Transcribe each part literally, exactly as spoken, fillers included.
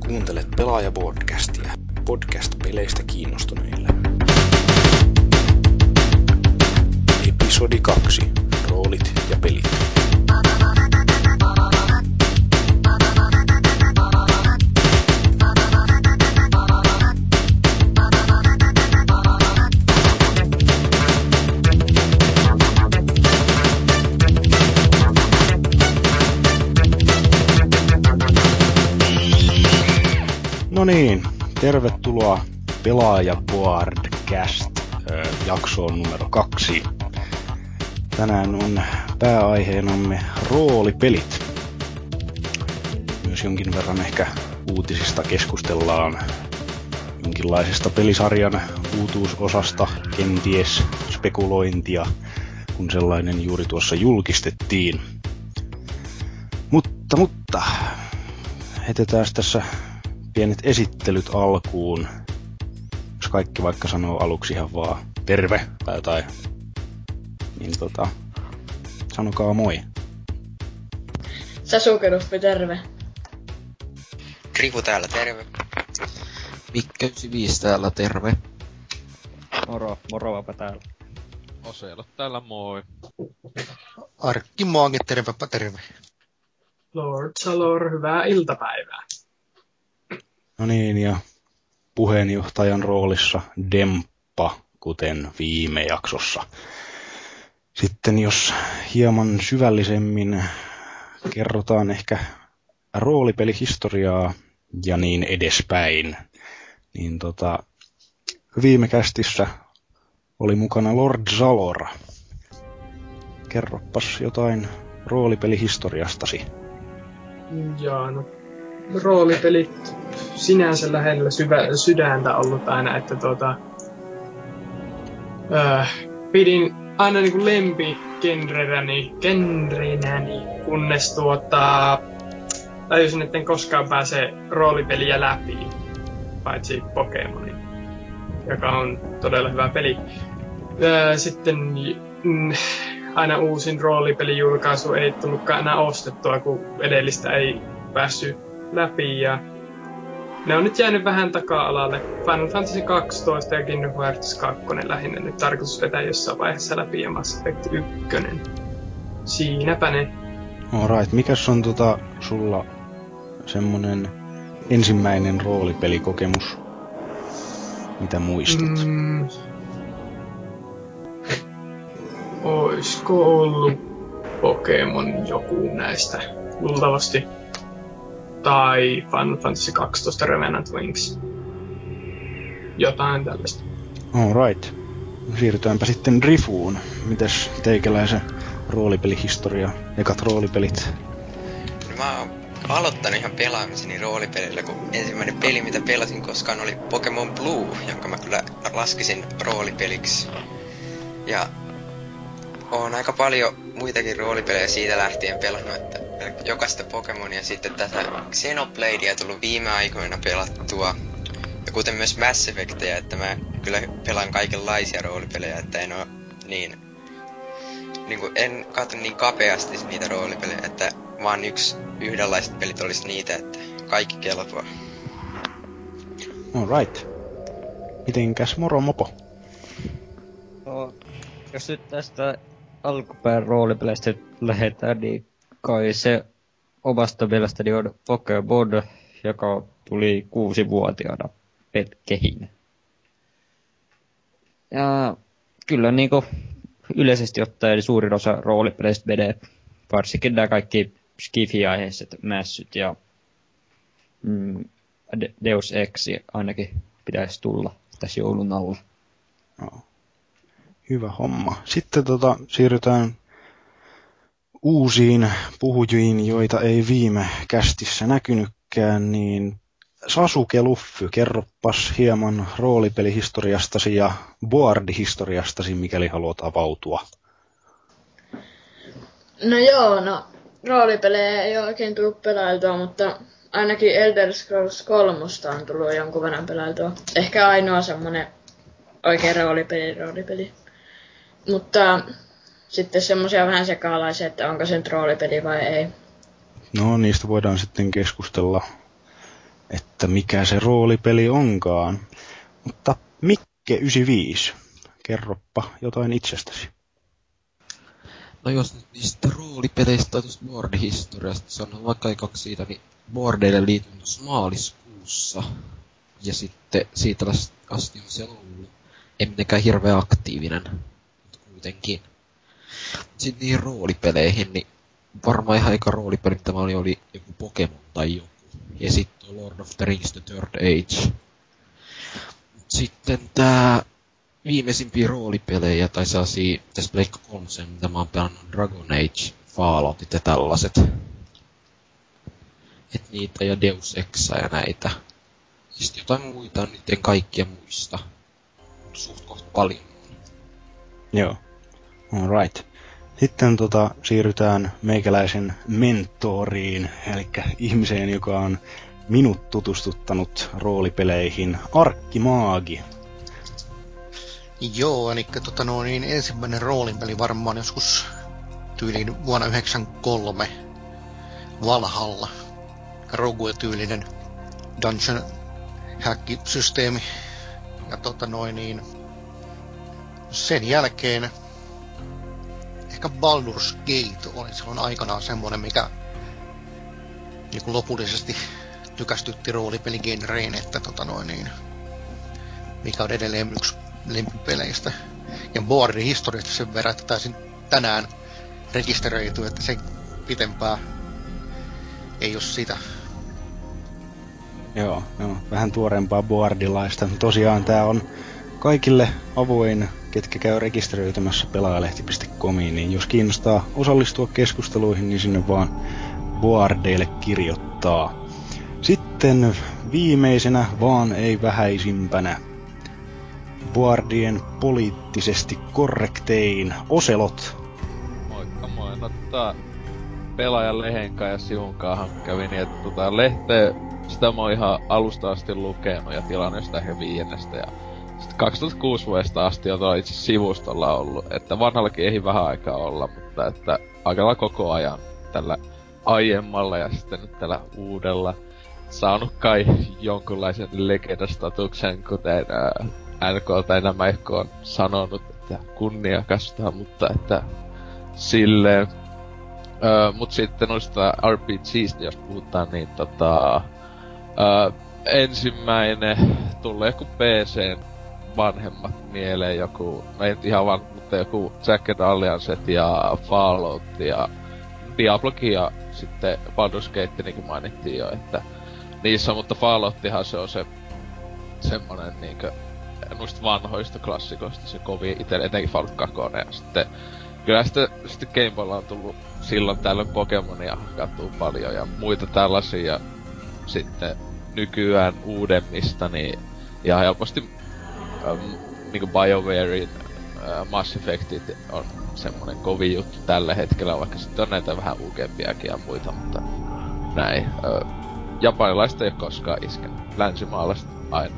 Kuuntelet Pelaaja-podcastia. Podcast peleistä kiinnostuneille. Episodi kaksi. Roolit ja pelit. No niin, tervetuloa Pelaaja-podcast jaksoon numero kaksi. Tänään on pääaiheenamme roolipelit. Myös jonkin verran ehkä uutisista keskustellaan, jonkinlaisesta pelisarjan uutuusosasta, kenties spekulointia, kun sellainen juuri tuossa julkistettiin. Mutta, mutta, heitetään tässä pienet esittelyt alkuun. Jos kaikki vaikka sanoo aluksi ihan vaan terve tai jotain, niin tota, sanokaa moi. Sasukeruspi, terve. Rivu täällä, terve. Mikke yhdeksänkymmentäviisi täällä, terve. Moro, morovapa täällä. Oselo täällä, moi. Arkki Moankin, tervepä terve. Lord Salor, hyvää iltapäivää. No niin, ja puheenjohtajan roolissa Demppa, kuten viime jaksossa. Sitten jos hieman syvällisemmin kerrotaan ehkä roolipelihistoriaa ja niin edespäin, niin tota, viime kästissä oli mukana Lord Zalor. Kerroppas jotain roolipelihistoriastasi. Jaa, no roolipelit sinänsä lähellä syvä, sydäntä ollut aina, että tuota, äh, pidin aina niinku lempigenrenäni, genrenäni, kunnes tuota, tajusin, etten koskaan pääse roolipeliä läpi, paitsi Pokemonin, joka on todella hyvä peli. Äh, sitten mm, aina uusin roolipelijulkaisu ei tullutkaan enää ostettua, kun edellistä ei päässyt läpi, ja ne on nyt jäänyt vähän taka-alalle. Final Fantasy kaksitoista ja Kingdom Hearts kaksi lähinnä nyt tarkoitus vetää jossain vaiheessa läpi, ja Mass Effect yksi. Siinäpä ne. Alright, mikäs on tota sulla semmonen ensimmäinen roolipelikokemus, mitä muistat? Mm. Oisko ollut Pokemon joku näistä? Luultavasti. Tai Final Fantasy kaksitoista Revenant Wings. Jotain tällaista. Alright. Siirrytäänpä sitten Rifuun. Mites teikäläisen roolipelihistoria, ekat roolipelit? No mä oon aloittanut ihan pelaamiseni roolipelillä, kun ensimmäinen peli, mitä pelasin koskaan, oli Pokemon Blue, jonka mä kyllä laskisin roolipeliksi. Ja oon aika paljon muitakin roolipelejä siitä lähtien pelannut, että jokaista Pokemonia, sitten tätä Xenobladea tullut viime aikoina pelattua. Ja kuten myös Mass Effectia, että mä kyllä pelaan kaikenlaisia roolipelejä, että en oo niin, niin kuin, en katso niin kapeasti niitä roolipelejä, että vaan yksi yhdenlaiset pelit olisi niitä, että kaikki kelpaa. Alright. Mitenkäs moro mopo? No, jos nyt tästä alkupään roolipeleistä lähdetään, niin kai se omasta mielestäni on Pokemon, joka tuli kuusivuotiaana kehiin. Ja kyllä niinku yleisesti ottaen suurin osa roolipeleistä menee, varsinkin nämä kaikki Skifi-aiheiset mässyt ja mm, Deus Ex ainakin pitäisi tulla tässä joulun alla. No. Hyvä homma. Sitten tota, siirrytään uusiin puhujiin, joita ei viime kästissä näkynytkään, niin Sasuke Luffy, kerroppas hieman roolipelihistoriastasi ja boardihistoriastasi, mikäli haluat avautua. No joo, no roolipelejä ei ole oikein tullut pelailtua, mutta ainakin Elder Scrolls kolme on tullut jonkun verran pelailtua. Ehkä ainoa semmonen oikein roolipeli, roolipeli. Mutta sitten semmosia vähän sekaalaisia, että onko se nyt roolipeli vai ei. No niistä voidaan sitten keskustella, että että mikä se roolipeli onkaan. Mutta Mikke yhdeksänkymmentäviisi, kerroppa jotain itsestäsi. No jos nyt niistä roolipeleistä tai tuosta board-historiasta sanon vaikka kaksi siitä, niin boardeille liityin tuossa maaliskuussa. Ja sitten siitä asti on siellä ollut. En mitenkään hirveän aktiivinen, mutta kuitenkin. Sitten niihin roolipeleihin, niin varmaan ihan eka roolipeli, mitä mä olin, oli joku Pokemon tai joku. Ja sitten Lord of the Rings The Third Age. Sitten tää viimeisimpiä roolipelejä, tai sellaisia tässä Pleikka kolmosen, mitä mä oon pelannut, Dragon Age, Falloutit ja tällaiset. Et niitä ja Deus Exa ja näitä. Sitten jotain muita, nyt en kaikkia muista. Suht kohta paljon. Joo, alright. Sitten tota, siirrytään meikäläisen mentoriin, eli ihmiseen, joka on minut tutustuttanut roolipeleihin, Arkkimaagi. Joo, eli tota, no, niin ensimmäinen roolipeli varmaan joskus tyyliin vuonna yhdeksänkymmentäkolme Valhalla. Rogue-tyylinen dungeon hack-systeemi. Ja tota noin niin... Sen jälkeen ehkä Baldur's Gate oli silloin aikanaan semmonen, mikä niin kuin lopullisesti tykästytti roolipeligenreen, että tota noin niin... Mikä on edelleen yksi lempipeleistä. Ja boardin historiasta sen verran, että taisin tänään rekisteröity, että sen pitempää ei oo sitä. Joo, joo, vähän tuoreempaa boardilaista. Tosiaan tää on kaikille avoin, ketkä käy rekisteröitymässä pelaajalehti piste comiin, niin jos kiinnostaa osallistua keskusteluihin, niin sinne vaan boardeille kirjoittaa. Sitten viimeisenä, vaan ei vähäisimpänä, boardien poliittisesti korrektein Oselot. Moikka moi, no tota pelaajan Lehenka ja Siunkaahan kävi niin, että tota lehteä, sitä mä oon ihan alusta asti lukenut ja tilannut sitä ehkä viiennestä ja sitten kaksituhattakuusi vuodesta asti on tuolla itse sivustolla ollut, että vanhallakin ei vähän aikaa olla, mutta että aikalla koko ajan tällä aiemmalla ja sitten nyt tällä uudella saanut kai jonkunlaisen legendastatuksen, kuten ää, N K tai nämä ehkä on sanonut, että kunniakasta, mutta että silleen. Öö, mut sitten noista R P G:stä, jos puhutaan, niin tota... Öö, ensimmäinen tulee joku P C:n vanhemmat mieleen, joku, no ei ihan vaan, mutta joku Jagged Alliance ja Fallout ja Diablokin ja sitten Baldur's Gate, niin kuin mainittiin jo, että niissä, mutta Fallouttihan se on se semmonen niinkö noista vanhoista klassikoista se kovin itelle, etenkin Fallout kaksi, ja sitten kyllä sitten, sitten Game Boylla on tullut silloin tällöin Pokemonia kattuu paljon ja muita tällaisia, ja sitten nykyään uudemmista, niin ihan helposti ähm, niinku BioWarein äh, Mass Effectit on semmonen kovin juttu tällä hetkellä, vaikka sitten on näitä vähän uukempiakin ja muita, mutta näin. Äh, japanilaista ei oo koskaan iskenyt, länsimaalaista aina.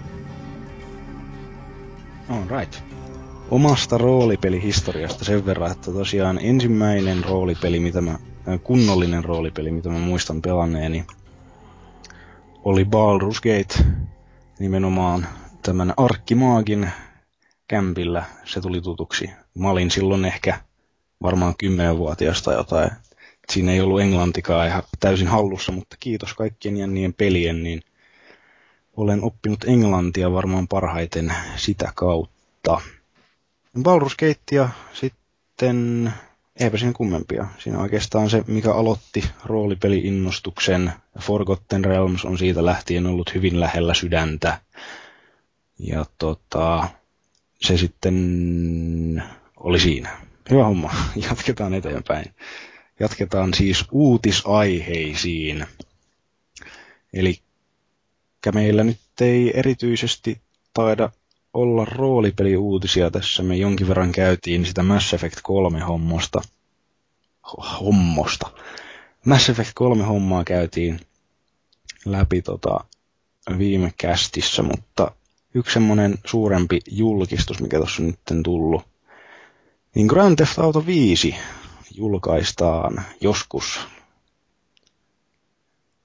Alright. Omasta roolipelihistoriasta sen verran, että tosiaan ensimmäinen roolipeli, mitä mä, kunnollinen roolipeli, mitä mä muistan pelanneeni, oli Baldur's Gate, nimenomaan tämän Arkkimaagin kämpillä. Se tuli tutuksi. Mä olin silloin ehkä varmaan kymmenvuotias tai jotain. Siinä ei ollut englantikaan ihan täysin hallussa, mutta kiitos kaikkien jännien pelien, niin olen oppinut englantia varmaan parhaiten sitä kautta. Baldur's Gatea sitten, eipä siinä kummempia. Siinä oikeastaan se, mikä aloitti roolipeli-innostuksen. Forgotten Realms on siitä lähtien ollut hyvin lähellä sydäntä. Ja tota, se sitten oli siinä. Hyvä homma, jatketaan eteenpäin. Jatketaan siis uutisaiheisiin. Eli meillä nyt ei erityisesti taida olla roolipeliuutisia tässä. Me jonkin verran käytiin sitä Mass Effect kolme hommosta. Hommosta. Mass Effect kolme hommaa käytiin läpi tota viime kästissä, mutta yksi semmonen suurempi julkistus, mikä tossa nyt on tullut, niin Grand Theft Auto viisi julkaistaan joskus.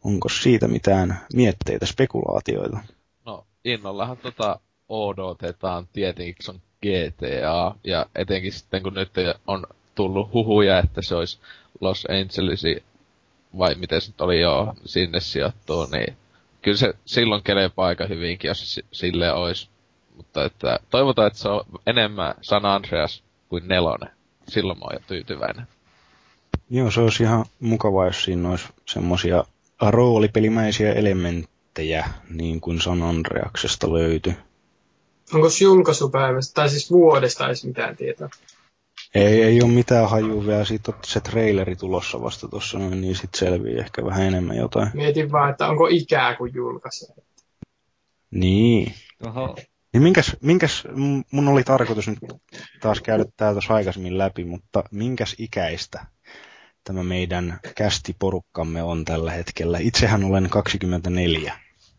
onko siitä mitään mietteitä, spekulaatioita? No, innollahan tota odotetaan tietenkin, se on G T A, ja etenkin sitten kun nyt on tullut huhuja, että se olisi Los Angelesi, vai miten se nyt oli jo, sinne sijoittuu, niin kyllä se silloin kelepaa aika hyvinkin, jos se sille olisi. Mutta että toivotaan, että se on enemmän San Andreas kuin nelonen. Silloin mä oon jo tyytyväinen. Joo, se olisi ihan mukavaa, jos siinä olisi semmosia roolipelimäisiä elementtejä, niin kuin San Andreaksesta löytyi. Onko julkaisupäivästä, tai siis vuodesta edes mitään tietoa? Ei, ei ole mitään hajua vielä. Siitä on se traileri tulossa vasta tuossa noin, niin sit selvii ehkä vähän enemmän jotain. Mietin vaan, että onko ikää kun julkaisee. Niin. Oho. Niin minkäs, minkäs, mun oli tarkoitus nyt taas käydä tää tuossa aikaisemmin läpi, mutta minkäs ikäistä tämä meidän kästiporukkamme on tällä hetkellä? Itsehän olen kaksikymmentäneljä.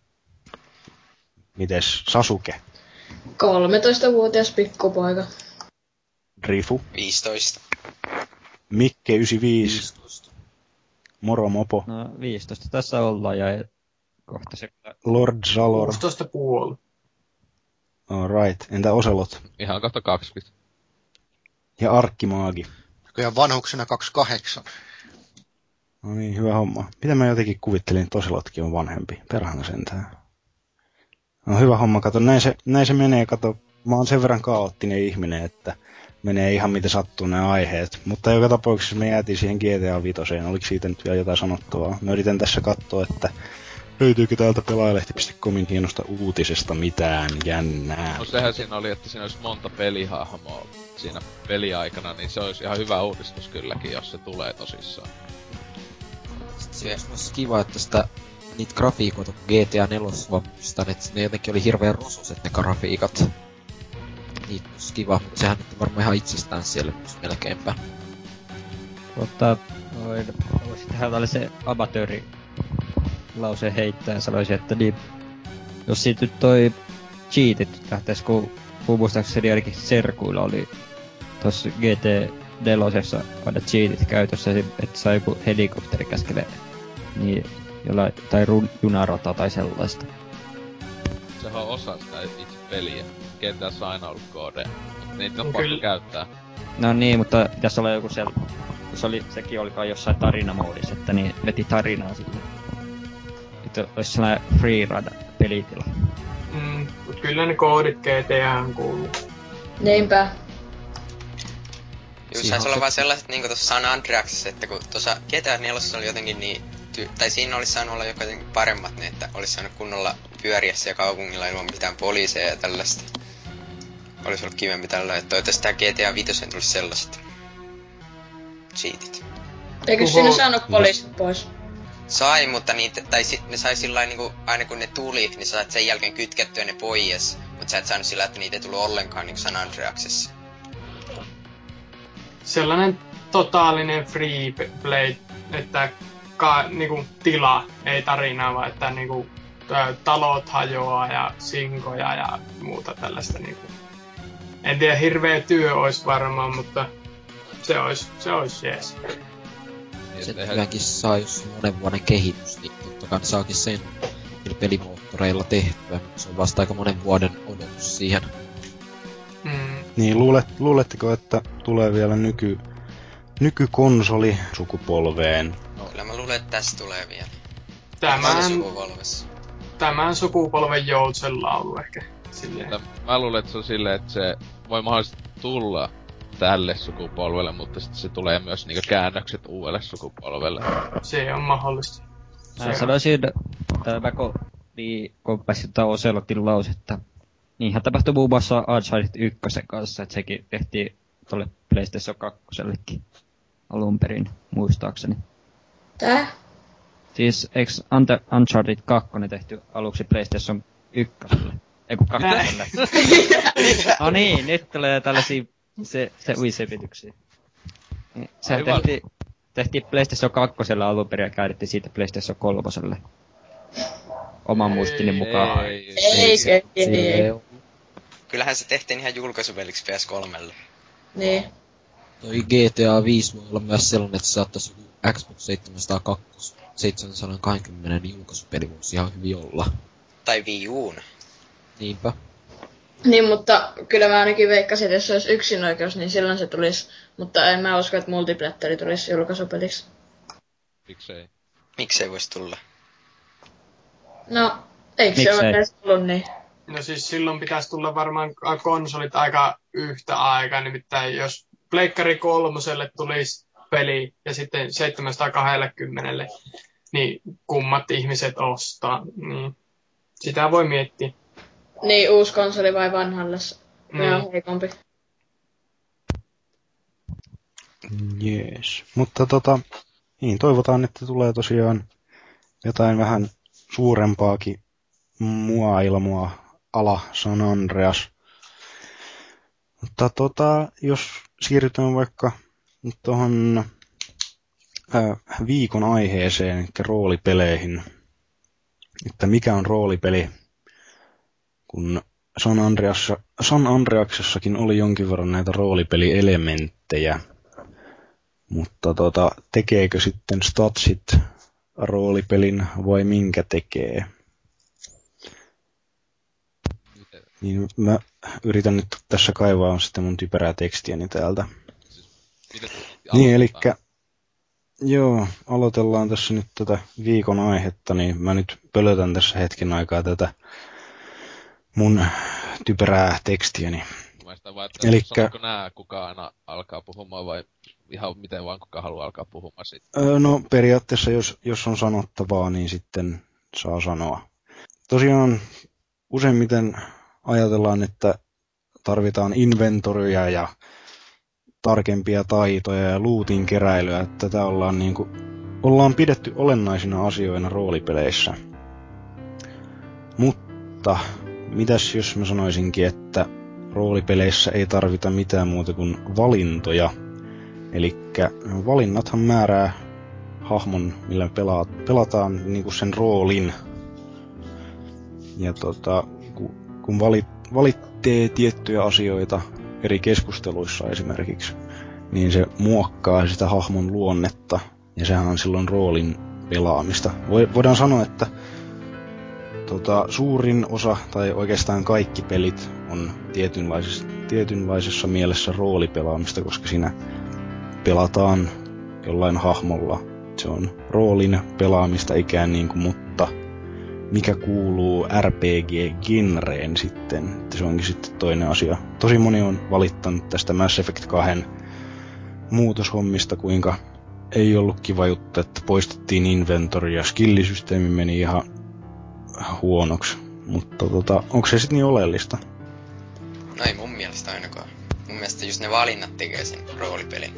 Mites Sasuke? kolmetoistavuotias pikkupoika. Drifu? viisitoista. Mikke yhdeksänkymmentäviisi. viisitoista. Moro Mopo. No viisitoista tässä ollaan ja kohta se... Lord Zalor. kuusitoista puoli. Alright. Entä Oselot? Ihan kohta kaksikymmentä. Ja Arkkimaagi. Kyllä vanhuksena kaksikymmentäkahdeksan. No niin, hyvä homma. Mitä mä jotenkin kuvittelin, että Oselotkin on vanhempi. Perhana sentään. No hyvä homma, kato. Näin se, näin se menee, kato. Mä oon sen verran kaoottinen ihminen, että menee ihan miten sattuu nämä aiheet. Mutta joka tapauksessa me jäätiin siihen G T A viitoseen. Oliko siitä nyt vielä jotain sanottavaa? Mä yritän tässä katsoa, että löytyykö täältä pelaajalehti piste comin hienosta uutisesta mitään jännää. No sehän siinä oli, että siinä olisi monta pelihahmoa siinä peliaikana, niin se olisi ihan hyvä uudistus kylläkin, jos se tulee tosissaan. Se olisi myös kiva, että sitä niitä grafiikoita, kun G T A neljä vaan muistan, että ne jotenkin oli hirveän rososet ne grafiikat. Niitä olisi kiva, mutta sehän nyt on varmaan ihan itsestään siellä melkeinpä. Mutta voisin tehdä tällaisen amatööri lauseen heittää ja sanoisin, että niin, jos siitä nyt toi cheatit lähtes, kun kun muistaakseni ainakin Serkuilla oli tossa G T neljä aina cheatit käytössä, että sai joku helikopteri käskele niin jollain, tai run, junarata tai sellaista. Sehän on osa sitä itse peliä. G T A:ssa on aina ollut koodeja, mutta niitä on No pakko kyllä. käyttää. No niin, mutta pitäis olla joku sel... Se oli, sekin oli kai jossain tarinamoodissa, että niin veti tarinaa sille. Että olisi sellainen free run pelitila. Mm, mut kyllä ne koodit G T A:han kuuluu. Niinpä. Juu, saisi olla vaan sellaiset niinku tossa San Andreasissa, että kun tuossa G T A neljä oli jotenkin niin... Ty- tai siinä olisi saanut olla jotenkin paremmat ne, että olisi saanut kunnolla pyöriä siellä kaupungilla ilman mitään poliiseja ja tällaista. Olisi ollut kivempi tällä, että toivottavasti tää G T A viisi tulisi sellaiset cheatit. Eikö Oho. sinne saanut poliisit pois? Sai, mutta niitä, tai si- ne sai sillain niinku, aina kun ne tuli, niin sä sait sen jälkeen kytkettyä ne pois. Mut sä et saanut sillä, että niitä ei tullut ollenkaan niinku San Andreasissa. Sellainen totaalinen free play, että ka, niinku, tila, ei tarinaa, vaan että niinku, ä, talot hajoaa ja sinkoja ja muuta tällaista. Niinku. En tiedä, hirveä työ olisi varmaan, mutta se olisi, se olisi jees. Se Eihän- nykyäänkin saa, jos on monen vuoden kehitys, niin totta kai ne saakin sen niillä pelimoottoreilla tehtyä, mutta se on vasta aika monen vuoden odotus siihen. Mm. Niin, luulet, luuletteko, että tulee vielä nyky, nykykonsoli sukupolveen? No, kyllä mä luulen, että tässä tulee vielä. Tämän, sukupolvessa. tämän sukupolven joutsenlaulu ehkä. Silleen. Mutta mä luulen, että se on silleen, että se voi mahdollisesti tulla tälle sukupolvelle, mutta sitten se tulee myös niinku käännökset uudelle sukupolvelle. Se on mahdollista. Mä Se on. sanoisin, että vaikka niin, kun pääsit tämän Oselotin lausetta, niinhän tapahtui muun muassa Uncharted yksi kanssa, että sekin tehtiin tolle PlayStation kakkosellekin alun perin, muistaakseni. Tää? Siis eiks Ante- Uncharted kaksi tehty aluksi PlayStation ykköselle? Ei kun kakkoselle. No niin, nyt tulee tällaisia se, se uisepityksiä. Niin, sehän Aivan. tehtiin, tehtiin PlayStation kakkoselle alun perin ja käännettiin siitä PlayStation kolmoselle. Oman muistini mukaan. Ei, Ei, ei, ei, Sille ei. on- Kyllähän se tehtiin ihan julkaisupeliksi P S kolmelle. Niin. Toi G T A viisi voi olla myös sellainen, että se saattaisi joku Xbox seitsemänsataakaksi seitsemänsataakaksikymmentä julkaisupeli voisi ihan hyvin olla. Tai Wii Uun. Niinpä. Niin, mutta kyllä mä ainakin veikkasin, että jos se olisi yksinoikeus, niin silloin se tulisi. Mutta en mä usko, että multiplatteri tulisi julkaisupeliksi. Miksei? Miksei voisi tulla? No, eikö Miksei? se ole edes tullut niin? No siis silloin pitäisi tulla varmaan konsolit aika yhtä aikaa, nimittäin jos Pleikkari kolmoselle tulisi peli ja sitten seitsemänsataakaksikymmentä, niin kummat ihmiset ostaa, niin sitä voi miettiä. Niin, uusi konsoli vai vanhalle? Mm. Ne on heikompi. Jees. Mutta tota, niin toivotaan, että tulee tosiaan jotain vähän suurempaakin muailmoa ala San Andreas. Mutta tota, jos siirrytään vaikka tuohon äh, viikon aiheeseen, eli roolipeleihin, että mikä on roolipeli, kun San, Andreassa, San Andreaksessakin oli jonkin verran näitä roolipelielementtejä, mutta tota, tekeekö sitten statsit roolipelin vai minkä tekee? Niin mä yritän nyt tässä kaivaa sitten mun typerää tekstiäni täältä. Miten Niin, elikkä joo, aloitellaan tässä nyt tätä viikon aihetta, niin mä nyt pölötän tässä hetken aikaa tätä mun typerää tekstiäni. Mä sitä vaan, että Elikkä- sanoiko nää, kuka aina alkaa puhumaan vai ihan miten vaan kuka haluaa alkaa puhumaan sitten? Öö, no periaatteessa jos, jos on sanottavaa, niin sitten saa sanoa. Tosiaan useimmiten ajatellaan, että tarvitaan inventoria ja tarkempia taitoja ja lootin keräilyä, että tätä ollaan, niinku, ollaan pidetty olennaisina asioina roolipeleissä. Mutta mitäs jos mä sanoisinkin, että roolipeleissä ei tarvita mitään muuta kuin valintoja. Elikkä valinnathan määrää hahmon, millä pelaat, pelataan niinku sen roolin. Ja tota, kun, kun valit, valittee tiettyjä asioita eri keskusteluissa esimerkiksi, niin se muokkaa sitä hahmon luonnetta, ja sehän on silloin roolin pelaamista. Voidaan sanoa, että tota, suurin osa, tai oikeastaan kaikki pelit, on tietynlaisessa, tietynlaisessa mielessä roolipelaamista, koska siinä pelataan jollain hahmolla. Se on roolin pelaamista ikään niin kuin, mutta mikä kuuluu R P G-genreen sitten, että se onkin sitten toinen asia. Tosi moni on valittanut tästä Mass Effect kahden muutoshommista, kuinka ei ollut kiva juttu, että poistettiin inventory ja skillisysteemi meni ihan huonoksi. Mutta tota, onko se sitten niin oleellista? No ei mun mielestä ainakaan. Mun mielestä just ne valinnat tekee sen roolipelin.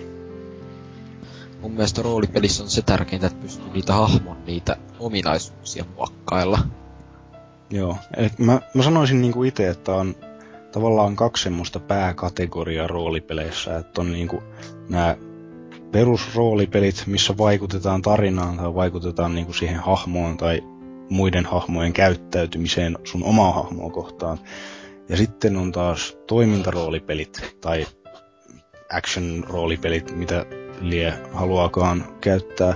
Mun mielestä roolipelissä on se tärkeintä, että pystyy niitä hahmon, niitä ominaisuuksia muokkailla. Joo, eli mä, mä sanoisin niinku itse, että on tavallaan kaksi semmoista pääkategoriaa roolipeleissä, että on niinku nämä perusroolipelit, missä vaikutetaan tarinaan tai vaikutetaan niinku siihen hahmoon tai muiden hahmojen käyttäytymiseen sun omaa hahmoa kohtaan. Ja sitten on taas toimintaroolipelit tai action-roolipelit, mitä lie haluaakaan käyttää.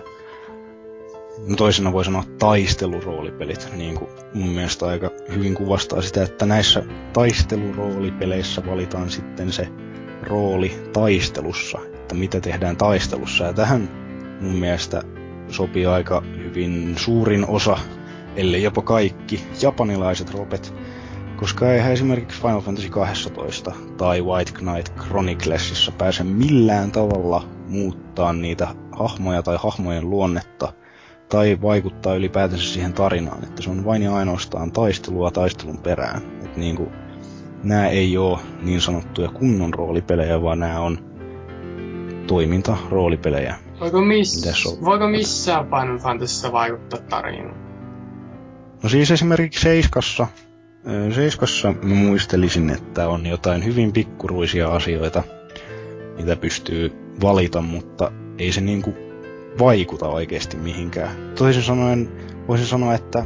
No toisena voi sanoa taisteluroolipelit, niin kuin mun mielestä aika hyvin kuvastaa sitä, että näissä taisteluroolipeleissä valitaan sitten se rooli taistelussa, että mitä tehdään taistelussa. Ja tähän mun mielestä sopii aika hyvin suurin osa, ellei jopa kaikki, japanilaiset ropet, koska eihän esimerkiksi Final Fantasy kaksitoista tai White Knight Chroniclesissa pääse millään tavalla muuttaa niitä hahmoja tai hahmojen luonnetta tai vaikuttaa ylipäätänsä siihen tarinaan, että se on vain ja ainoastaan taistelua taistelun perään. Että niinku, nämä ei ole niin sanottuja kunnon roolipelejä, vaan nämä on toimintaroolipelejä. Voiko, miss, Mitäs on? voiko missään Final Fantasyssa vaikuttaa tarinaan? No siis esimerkiksi Seiskassa, Seiskassa mä muistelisin, että on jotain hyvin pikkuruisia asioita, mitä pystyy valita, mutta ei se niinku vaikuta oikeasti mihinkään. Toisin sanoen voisin sanoa, että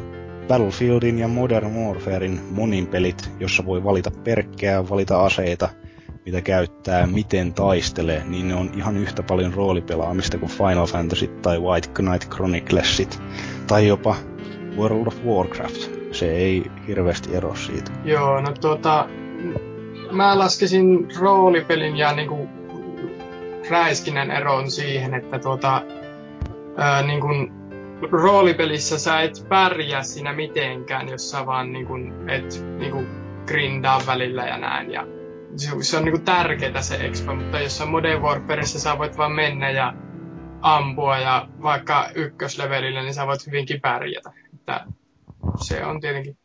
Battlefieldin ja Modern Warfarein monin pelit, jossa voi valita perkkejä, valita aseita, mitä käyttää, miten taistelee, niin ne on ihan yhtä paljon roolipelaamista kuin Final Fantasy tai White Knight Chroniclesit tai jopa World of Warcraft. Se ei hirveästi ero siitä. Joo, no tuota, mä laskisin roolipelin ja niinku räiskinnän eron siihen, että tuota, ää, niinku, roolipelissä sä et pärjää siinä mitenkään, jos sä vaan niinku, et niinku, grindaa välillä ja näin. Ja se, se on niinku tärkeetä se expo, mutta jos on Modern Warfareissa sä voit vaan mennä ja ampua ja vaikka ykköslevelillä, niin sä voit hyvinkin pärjätä. Että se on tietenkin.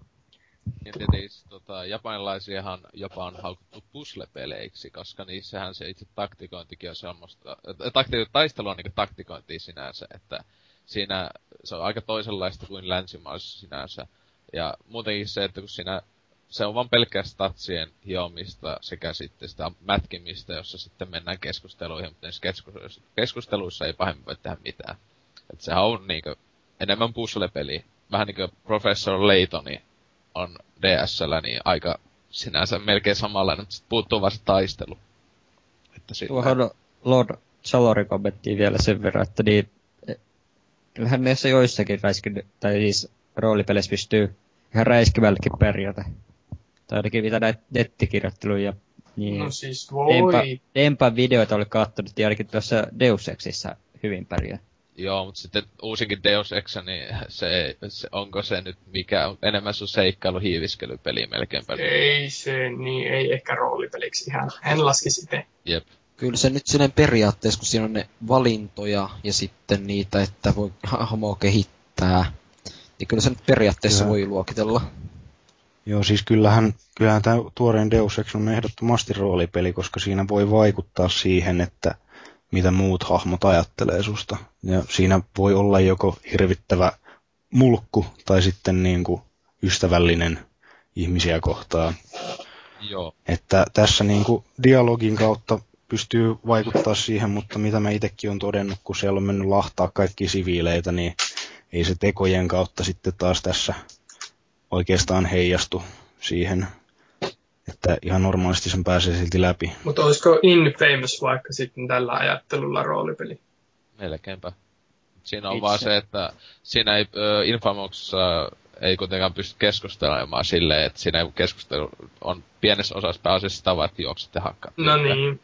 Ja tietysti tota, japanilaisiahan jopa on haukuttu puzzle-peleiksi, koska niissähän se itse taktikointikin on semmoista, takti- taistelu on niinku taktikointia sinänsä, että siinä se on aika toisenlaista kuin länsimaissa sinänsä. Ja muutenkin se, että kun siinä se on vaan pelkkää statsien hiomista sekä sitten sitä mätkimistä, jossa sitten mennään keskusteluihin, mutta niissä keskusteluissa ei pahemmin voi tehdä mitään. Että sehän on niinku enemmän puzzle-peli. Vähän niinku Professor Laytoni on D S L, niin aika sinänsä melkein samanlainen, mutta sit puuttuu vaan se taistelu. Että tuohon Lord Salori kommenttiin vielä sen verran, että niin, kyllähän näissä joissakin räiskin, tai siis roolipeleissä pystyy ihan räiskivällekin pärjätä. Tai ainakin mitä näitä nettikirjoitteluja. Niin no siis voi. Dempa, Dempan videoita oli katsonut, ja ainakin tuossa Deus Exissä hyvin pärjää. Joo, mutta sitten uusinkin Deus Ex, niin se, se, onko se nyt mikä, enemmän sun seikkailu hiiviskelypeli melkein paljon. Ei se, niin ei ehkä roolipeliksi ihan, en laskisi itse. Jep. Kyllä se nyt silleen periaatteessa, kun siinä on ne valintoja ja sitten niitä, että voi hahmoa kehittää, niin kyllä se nyt periaatteessa kyllä voi luokitella. Joo, siis kyllähän, kyllähän tämä tuoreen Deus Ex on ehdottomasti roolipeli, koska siinä voi vaikuttaa siihen, että mitä muut hahmot ajattelee susta. Ja siinä voi olla joko hirvittävä mulkku tai sitten niin kuin ystävällinen ihmisiä kohtaan. Joo. Että tässä niin kuin dialogin kautta pystyy vaikuttaa siihen, mutta mitä mä itsekin olen todennut, kun siellä on mennyt lahtaa kaikki siviileitä, niin ei se tekojen kautta sitten taas tässä oikeastaan heijastu siihen, että ihan normaalisti sen pääsee silti läpi. Mutta olisiko Infamous vaikka sitten tällä ajattelulla roolipeli? Melkeinpä. Siinä on Itse. vaan se, että siinä ei, äh, Infamouksessa ei kuitenkaan pysty keskustelemaan silleen, että siinä keskustelu on pienessä osassa pääasiassa sitä vaan, että juokset ja hakkaat. No niin.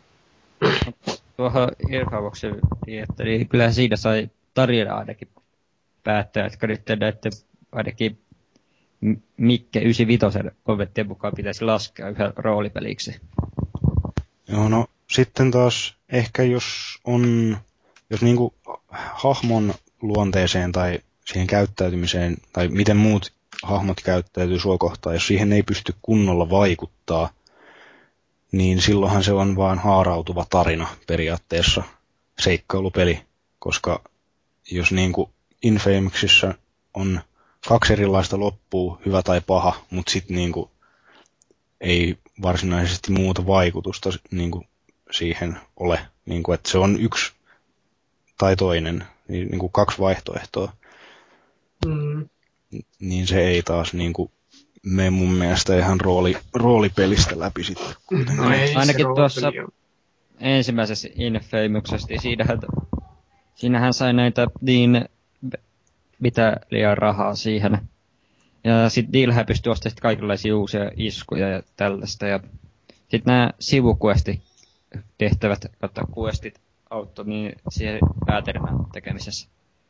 Tuohon Infamouksen, että niin kyllä siinä sai tarina ainakin päättää, että nyt näette ainakin Mikke yhdeksänkymmentäviisi konventtien mukaan pitäisi laskea yhden roolipeliksi. Joo, no sitten taas ehkä jos on, jos niinku hahmon luonteeseen tai siihen käyttäytymiseen, tai miten muut hahmot käyttäytyy sua kohtaan, jos siihen ei pysty kunnolla vaikuttaa, niin silloinhan se on vaan haarautuva tarina periaatteessa, seikkailupeli, koska jos niinku Infamouksissa on kaksi erilaista loppua, hyvä tai paha, mutta sitten niinku ei varsinaisesti muuta vaikutusta niinku siihen ole. Niinku, että se on yksi tai toinen, niin, niinku kaksi vaihtoehtoa. Mm. Niin se ei taas niinku mene mun mielestä ihan rooli, roolipelistä läpi sitten. No ei, ainakin tuossa ensimmäisessä Infamouksessa, niin siinähän, siinähän sai näitä niin mitä liian rahaa siihen. Ja sitten niillähän pystyy ostamaan kaikenlaisia uusia iskuja ja tällaista. Ja sitten nämä sivukuesti tehtävät, kautta questit auttoi niin siihen päätelmän tekemisessä.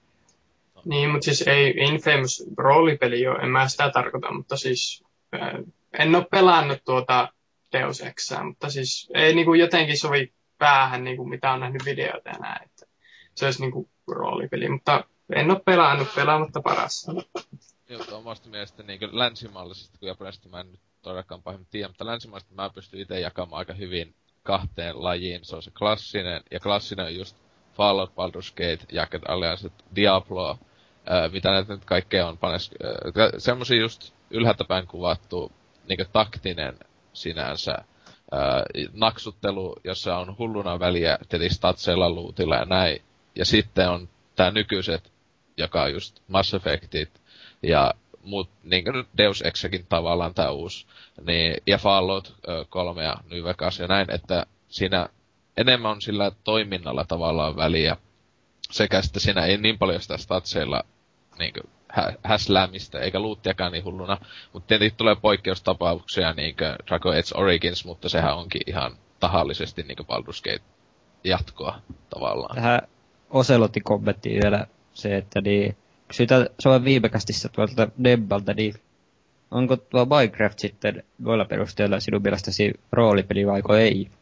Niin, mutta siis ei Infamous roolipeli ole, en mä sitä tarkoita, mutta siis äh, en ole pelannut tuota Deus Exää, mutta siis ei niinku jotenkin sovi päähän niinku mitä on nähnyt videoita ja näin, että se olisi niinku roolipeli, mutta en ole pelannut, pelaamatta parassa. Joo, omasta mielestä niin länsimaalaisesta, kun japanisesta mä en nyt todellakaan pahemmin tiedä, mutta länsimaalaisesta mä pystyn itse jakamaan aika hyvin kahteen lajiin. Se on se klassinen, ja klassinen on just Fallout, Baldur's Gate, Jagged Alliance, Diablo, ää, mitä näitä nyt kaikkea on panes... Ää, semmosia just ylhäältäpäin kuvattu niin taktinen sinänsä ää, naksuttelu, jossa on hulluna väliä tietysti statseilla, luutilla ja näin. Ja sitten on tää nykyiset, joka on just Mass Effectit ja mut niinkö nyt Deus Exekin tavallaan tää uusi, niin, ja Fallout kolme ja New Vegas ja näin, että siinä enemmän on sillä toiminnalla tavallaan väliä, sekä sitten siinä ei niin paljon sitä statseilla niinkö hä- häsläämistä, eikä luuttiakaan niin hulluna, mutta tietenkin tulee poikkeustapauksia niinkö Dragon Age Origins, mutta sehän onkin ihan tahallisesti niinkö Baldur's Gate jatkoa tavallaan. Tähän Ocelotin kommenttiin vielä se, että niin, kysytään Suomen viimekästissä tuolta Debbalta, niin onko tuo Minecraft sitten noilla perusteella sinun mielestäsi roolipeli vaiko ei?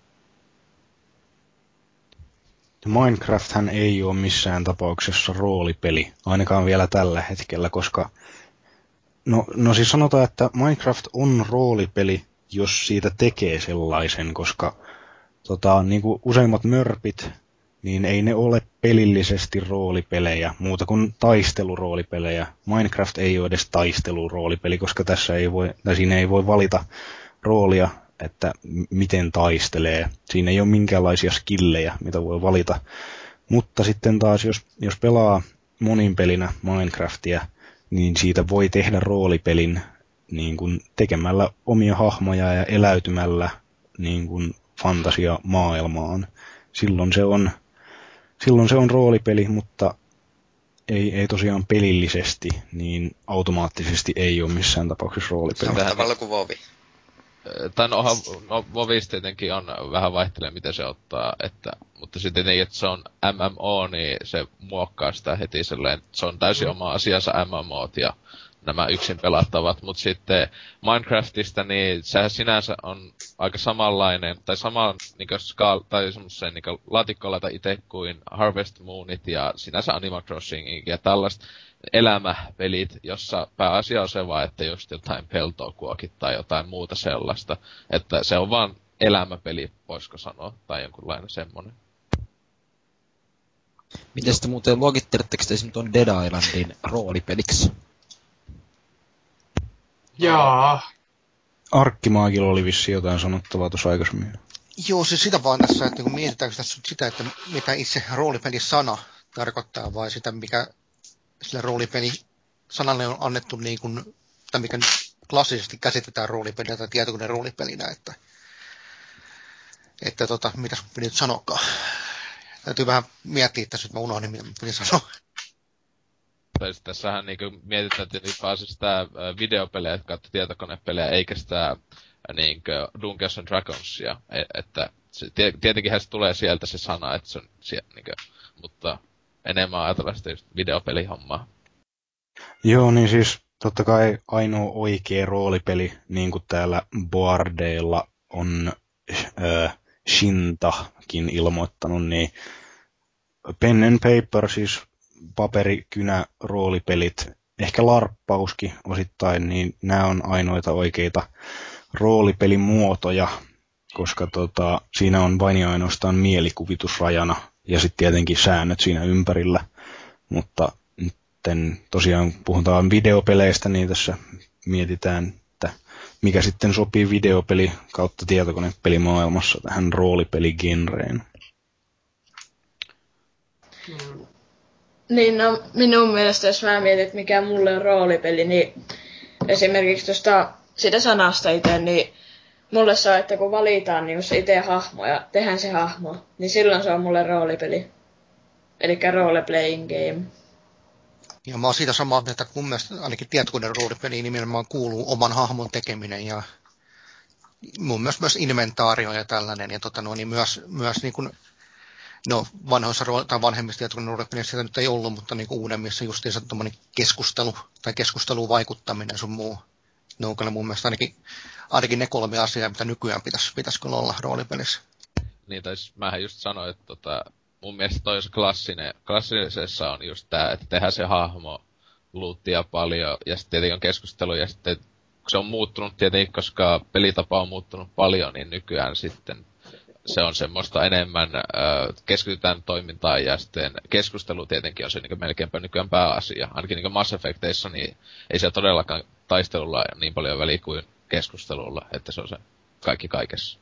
Minecrafthän ei ole missään tapauksessa roolipeli, ainakaan vielä tällä hetkellä, koska no, no siis sanotaan, että Minecraft on roolipeli, jos siitä tekee sellaisen, koska tota, niin kuin useimmat mörpit, niin ei ne ole pelillisesti roolipelejä, muuta kuin taisteluroolipelejä. Minecraft ei ole edes taisteluroolipeli, koska tässä ei voi, tai siinä ei voi valita roolia, että miten taistelee. Siinä ei ole minkäänlaisia skillejä, mitä voi valita. Mutta sitten taas, jos, jos pelaa monin pelinä Minecraftia, niin siitä voi tehdä roolipelin niin kuin tekemällä omia hahmoja ja eläytymällä niin kuin fantasia-maailmaan. Silloin se on, silloin se on roolipeli, mutta ei, ei tosiaan pelillisesti, niin automaattisesti ei ole missään tapauksessa roolipeli. Samalla tavalla kuin Vovi. Tai no, no Vovis tietenkin on vähän vaihtelee, miten se ottaa, että, mutta sitten tietenkin, että se on M M O, niin se muokkaa sitä heti silleen, että se on täysin oma asiansa M M O:t ja nämä yksin pelattavat, mutta sitten Minecraftista, niin sehän sinänsä on aika samanlainen, tai saman niin skaal, tai semmoisen niin laatikkolla itse kuin Harvest Moonit ja sinänsä Animal Crossing ja tällaista elämäpelit, jossa pääasia on se vaan, että just jotain peltoa kuokit tai jotain muuta sellaista, että se on vaan elämäpeli, voisiko sanoa, tai jonkunlainen semmoinen. Miten sitten muuten luokittelettekö te esimerkiksi tuon Dead Islandin roolipeliksi? Jaa. Arkkimaagilla oli vissiin jotain sanottavaa tuossa aikaisemmin. Joo, siis sitä vaan tässä, että niin mietitäänkö tässä sitä, että mitä itse roolipeli-sana tarkoittaa, vai sitä, mikä sille roolipeli-sanalle on annettu, niin kuin, tai mikä klassisesti käsitetään roolipelinä tai tietokoneen roolipelinä, että, että tota, mitäs mä pidin nyt sanokaan. Täytyy vähän miettiä tässä, että mä unohdin, mitä mä pidin sanoa. Tai tässähän niinku mietitään tietenkin sitä videopelejä kautta tietokonepelejä, eikä sitä niinkö Dungeons and Dragonsia, että se, tietenkinhän se tulee sieltä se sana, että se on siellä niinkö, mutta enemmän ajatellaan sitä just videopelihommaa. Joo, niin siis totta kai ainoa oikea roolipeli, niin kuin täällä Boardeilla on äh, Shintakin ilmoittanut, niin Pen and Paper, siis paperikynä roolipelit, ehkä larppauskin osittain, niin nämä on ainoita oikeita roolipelimuotoja, koska tota, siinä on vain ja ainoastaan mielikuvitusrajana ja sitten tietenkin säännöt siinä ympärillä. Mutta nyt tosiaan puhutaan videopeleistä, niin tässä mietitään, että mikä sitten sopii videopeli kautta tietokonepelimaailmassa tähän roolipeligenreen. Hmm. Niin, no minun mielestä, jos mä mietin, että mikä mulle on roolipeli, niin esimerkiksi tuosta sitä sanasta itse, niin mulle se on, että kun valitaan niin se itse hahmo ja tehdään se hahmo, niin silloin se on mulle roolipeli. Elikkä role playing game. Ja mä oon siitä samaa mieltä, että mun mielestä ainakin tietokoneen roolipeliin nimenomaan kuuluu oman hahmon tekeminen ja mun mielestä myös inventaario ja tällainen. Ja tota no, niin myös, myös niin kuin no, vanhoissa tai vanhemmissa tietokoneen roolipeleissä sitä nyt ei ollut, mutta niin kuin uudemmissa justiinsa tuommoinen keskustelu tai keskusteluun vaikuttaminen sun muu. Ne on kyllä mun mielestä ainakin, ainakin ne kolme asiaa, mitä nykyään pitäisi, pitäisi kyllä olla roolipelissä. Niin, tai mähän just sanoin, että tota, mun mielestä toi se klassinen, klassisessa on just tää, että tehdään se hahmo luuttia paljon, ja sitten tietenkin on keskustelu, ja sitten kun se on muuttunut tietenkin, koska pelitapa on muuttunut paljon, niin nykyään sitten se on semmoista enemmän, äh, keskitytään toimintaan, ja sitten keskustelu tietenkin on se niin melkeinpä nykyään pääasia. Ainakin niin Mass Effecteissa, niin ei se todellakaan taistelulla niin paljon väliä kuin keskustelulla, että se on se kaikki kaikessa.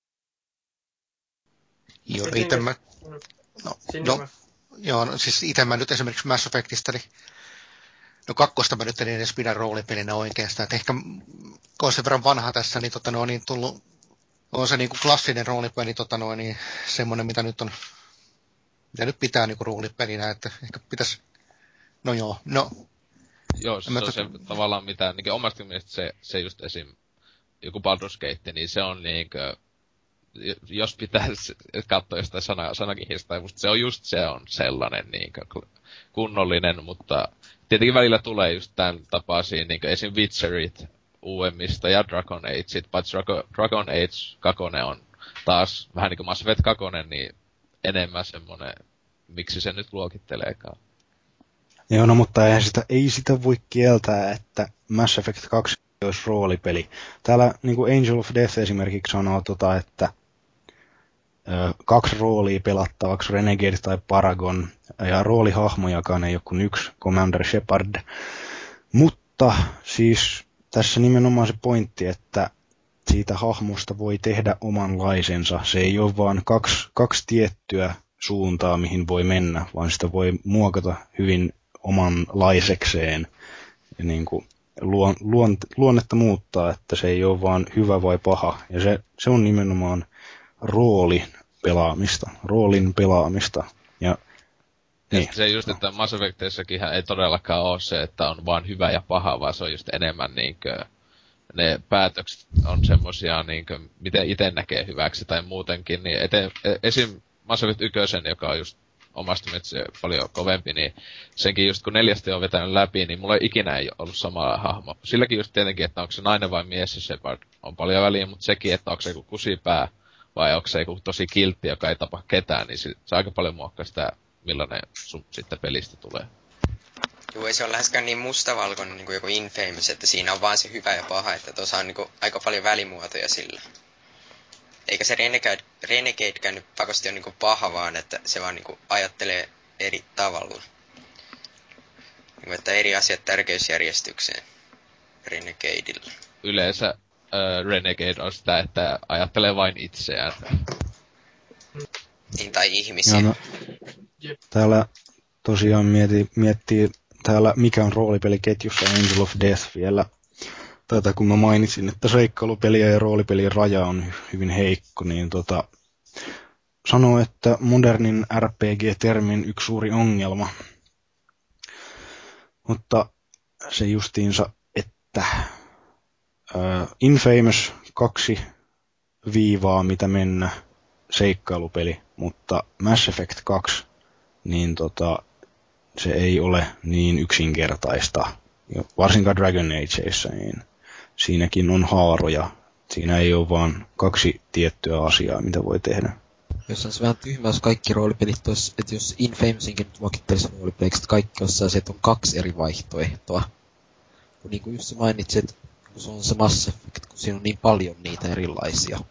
Joo, itse mä, no, no, joo, no, siis itse mä nyt esimerkiksi Mass Effectistä, niin No kakkosta mä nyt en edes pidä roolipelinä oikeastaan. Et ehkä kun on sen verran vanha tässä, niin, tota, no, niin tullut, on se niin kuin klassinen roolipeli, tota, no, niin semmoinen, mitä nyt on, mitä nyt pitää niin kuin roolipelinä, että ehkä pitäisi, no joo, no. Joo, se on se tavallaan mitä, niin omasta mielestä se, se just esim. Joku Baldur's Gate, niin se on niinkö, jos pitäisi katsoa jostain sana, sanakihistä, tai musta se on just se on sellainen niinkö kunnollinen, mutta tietenkin välillä tulee just tämän tapaisia niinkö esim. Witcherit uudemmista ja Dragon Ageit, paitsi Dragon Age kaksi on taas vähän niinku Mass Effect kaksi, niin enemmän semmonen, miksi se nyt luokitteleekaan. Joo, no mutta eihän sitä, ei sitä voi kieltää, että Mass Effect kaksi olisi roolipeli. Täällä niin kuin Angel of Death esimerkiksi sanoo, tota, että ö, kaksi roolia pelattavaksi, Renegade tai Paragon, ja roolihahmojakaan ei ole kuin yksi, Commander Shepard. Mutta siis tässä nimenomaan se pointti, että siitä hahmosta voi tehdä omanlaisensa. Se ei ole vaan kaksi, kaksi tiettyä suuntaa, mihin voi mennä, vaan sitä voi muokata hyvin omanlaisekseen ja niin kuin luon, luon, luonnetta muuttaa, että se ei ole vaan hyvä vai paha. Ja se, se on nimenomaan roolin pelaamista, roolin pelaamista. Ja, ja niin. Se just, että Mass Effectissäkin ei todellakaan ole se, että on vaan hyvä ja paha, vaan se on just enemmän niinkö, ne päätökset on semmosia niinkö, miten itse näkee hyväksi tai muutenkin, niin ete, esim. Mass Effect yksi, joka on just omasta mielestä paljon kovempi, niin senkin just kun neljästi on vetänyt läpi, niin mulla ei ikinä ei ollut sama hahmo. Silläkin just tietenkin, että onko se nainen vai mies, se Shepard on paljon väliä, mutta sekin, että onko se joku kusipää vai onko se joku tosi kiltti, joka ei tapa ketään, niin se, se aika paljon muokkaa sitä, millainen sun sitten pelistä tulee. Joo, ei se ole läheskään niin mustavalkoinen niin kuin joku Infamous, että siinä on vaan se hyvä ja paha, että tuossa on niin kuin aika paljon välimuotoja sillä. Eikä se Renegade, Renegadekään nyt pakosti ole niinku paha, vaan että se vaan niinku ajattelee eri tavalla. Niinku, että eri asiat tärkeysjärjestykseen Renegadella. Yleensä äh, Renegade on sitä, että ajattelee vain itseään. Niin, tai ihmisiä. No, täällä tosiaan miettii, miettii täällä mikä on roolipeliketjussa Angel of Death vielä. Tätä kun mä mainitsin, että seikkailupeliä ja roolipelien raja on hyvin heikko, niin tota, sanoo, että modernin R P G-termin yksi suuri ongelma. Mutta se justiinsa, että äh, Infamous kaksi viivaa mitä mennä seikkailupeli, mutta Mass Effect kaksi, niin tota, se ei ole niin yksinkertaista. Varsinkaan Dragon Ageissa, niin siinäkin on haaroja. Siinä ei ole vaan kaksi tiettyä asiaa, mitä voi tehdä. Jos on se vähän tyhmä, jos kaikki roolipelit olisi, että jos Infamousinkin nyt vakittelisi roolipeliksi, että kaikki osaa se, että on kaksi eri vaihtoehtoa. Kun niin kuin just mainitsit, kun se on se Mass Effect, kun siinä on niin paljon niitä erilaisia.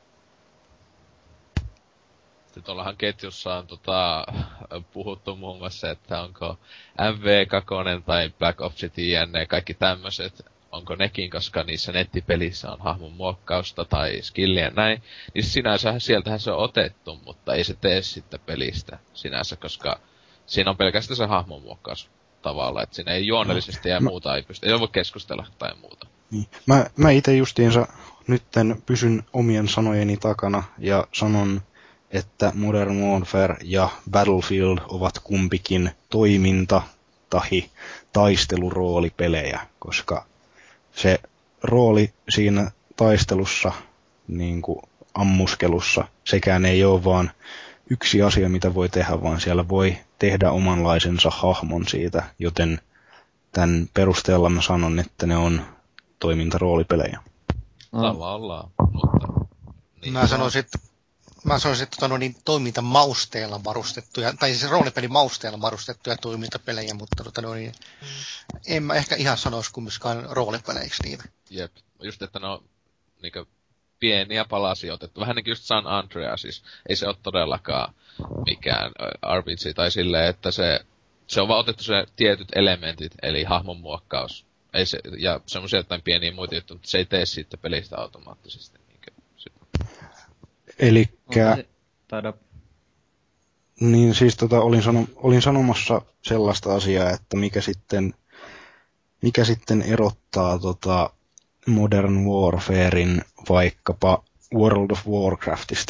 Tuollahan ketjussa on tota, puhuttu muun muassa, että onko M V kaksi tai Black Opsit jne. Kaikki tämmöiset, onko nekin, koska niissä nettipelissä on hahmon muokkausta tai skilliä näin. Niin sinänsähän sieltähän se on otettu, mutta ei se tee sitten pelistä sinänsä, koska siinä on pelkästään se hahmon muokkaus tavalla, että siinä ei juonellisesti ja muuta ei pysty, ei voi keskustella tai muuta. Niin. Mä, mä itse justiinsa nytten pysyn omien sanojeni takana ja sanon, että Modern Warfare ja Battlefield ovat kumpikin toiminta- tai taisteluroolipelejä, koska se rooli siinä taistelussa, niin kuin ammuskelussa, sekään ei ole vaan yksi asia, mitä voi tehdä, vaan siellä voi tehdä omanlaisensa hahmon siitä, joten tämän perusteella mä sanon, että ne on toimintaroolipelejä. Tavallaan, mutta... Niin. Mä sanoisin, että Mä sanoisin, että tota, no, niin, toimintamausteella varustettuja, tai siis roolipeli-mausteella varustettuja toimintapelejä, mutta tota, no, niin, mm. en mä ehkä ihan sanoisi kumminkaan roolipeleiksi niitä. Jep, just että ne on niinkö pieniä palasia otettu. Vähän niin kuin just San Andreas, siis ei se ole todellakaan mikään R P G tai silleen, että se, se on vaan otettu se tietyt elementit, eli hahmon muokkaus. Ei se, ja semmoisia jotain pieniä muita juttuja, mutta se ei tee siitä pelistä automaattisesti. Elikkä... Taida. Niin siis tota, olin, sano, olin sanomassa sellaista asiaa, että mikä sitten mikä sitten erottaa tota Modern Warfarein vaikkapa World of Warcraftista?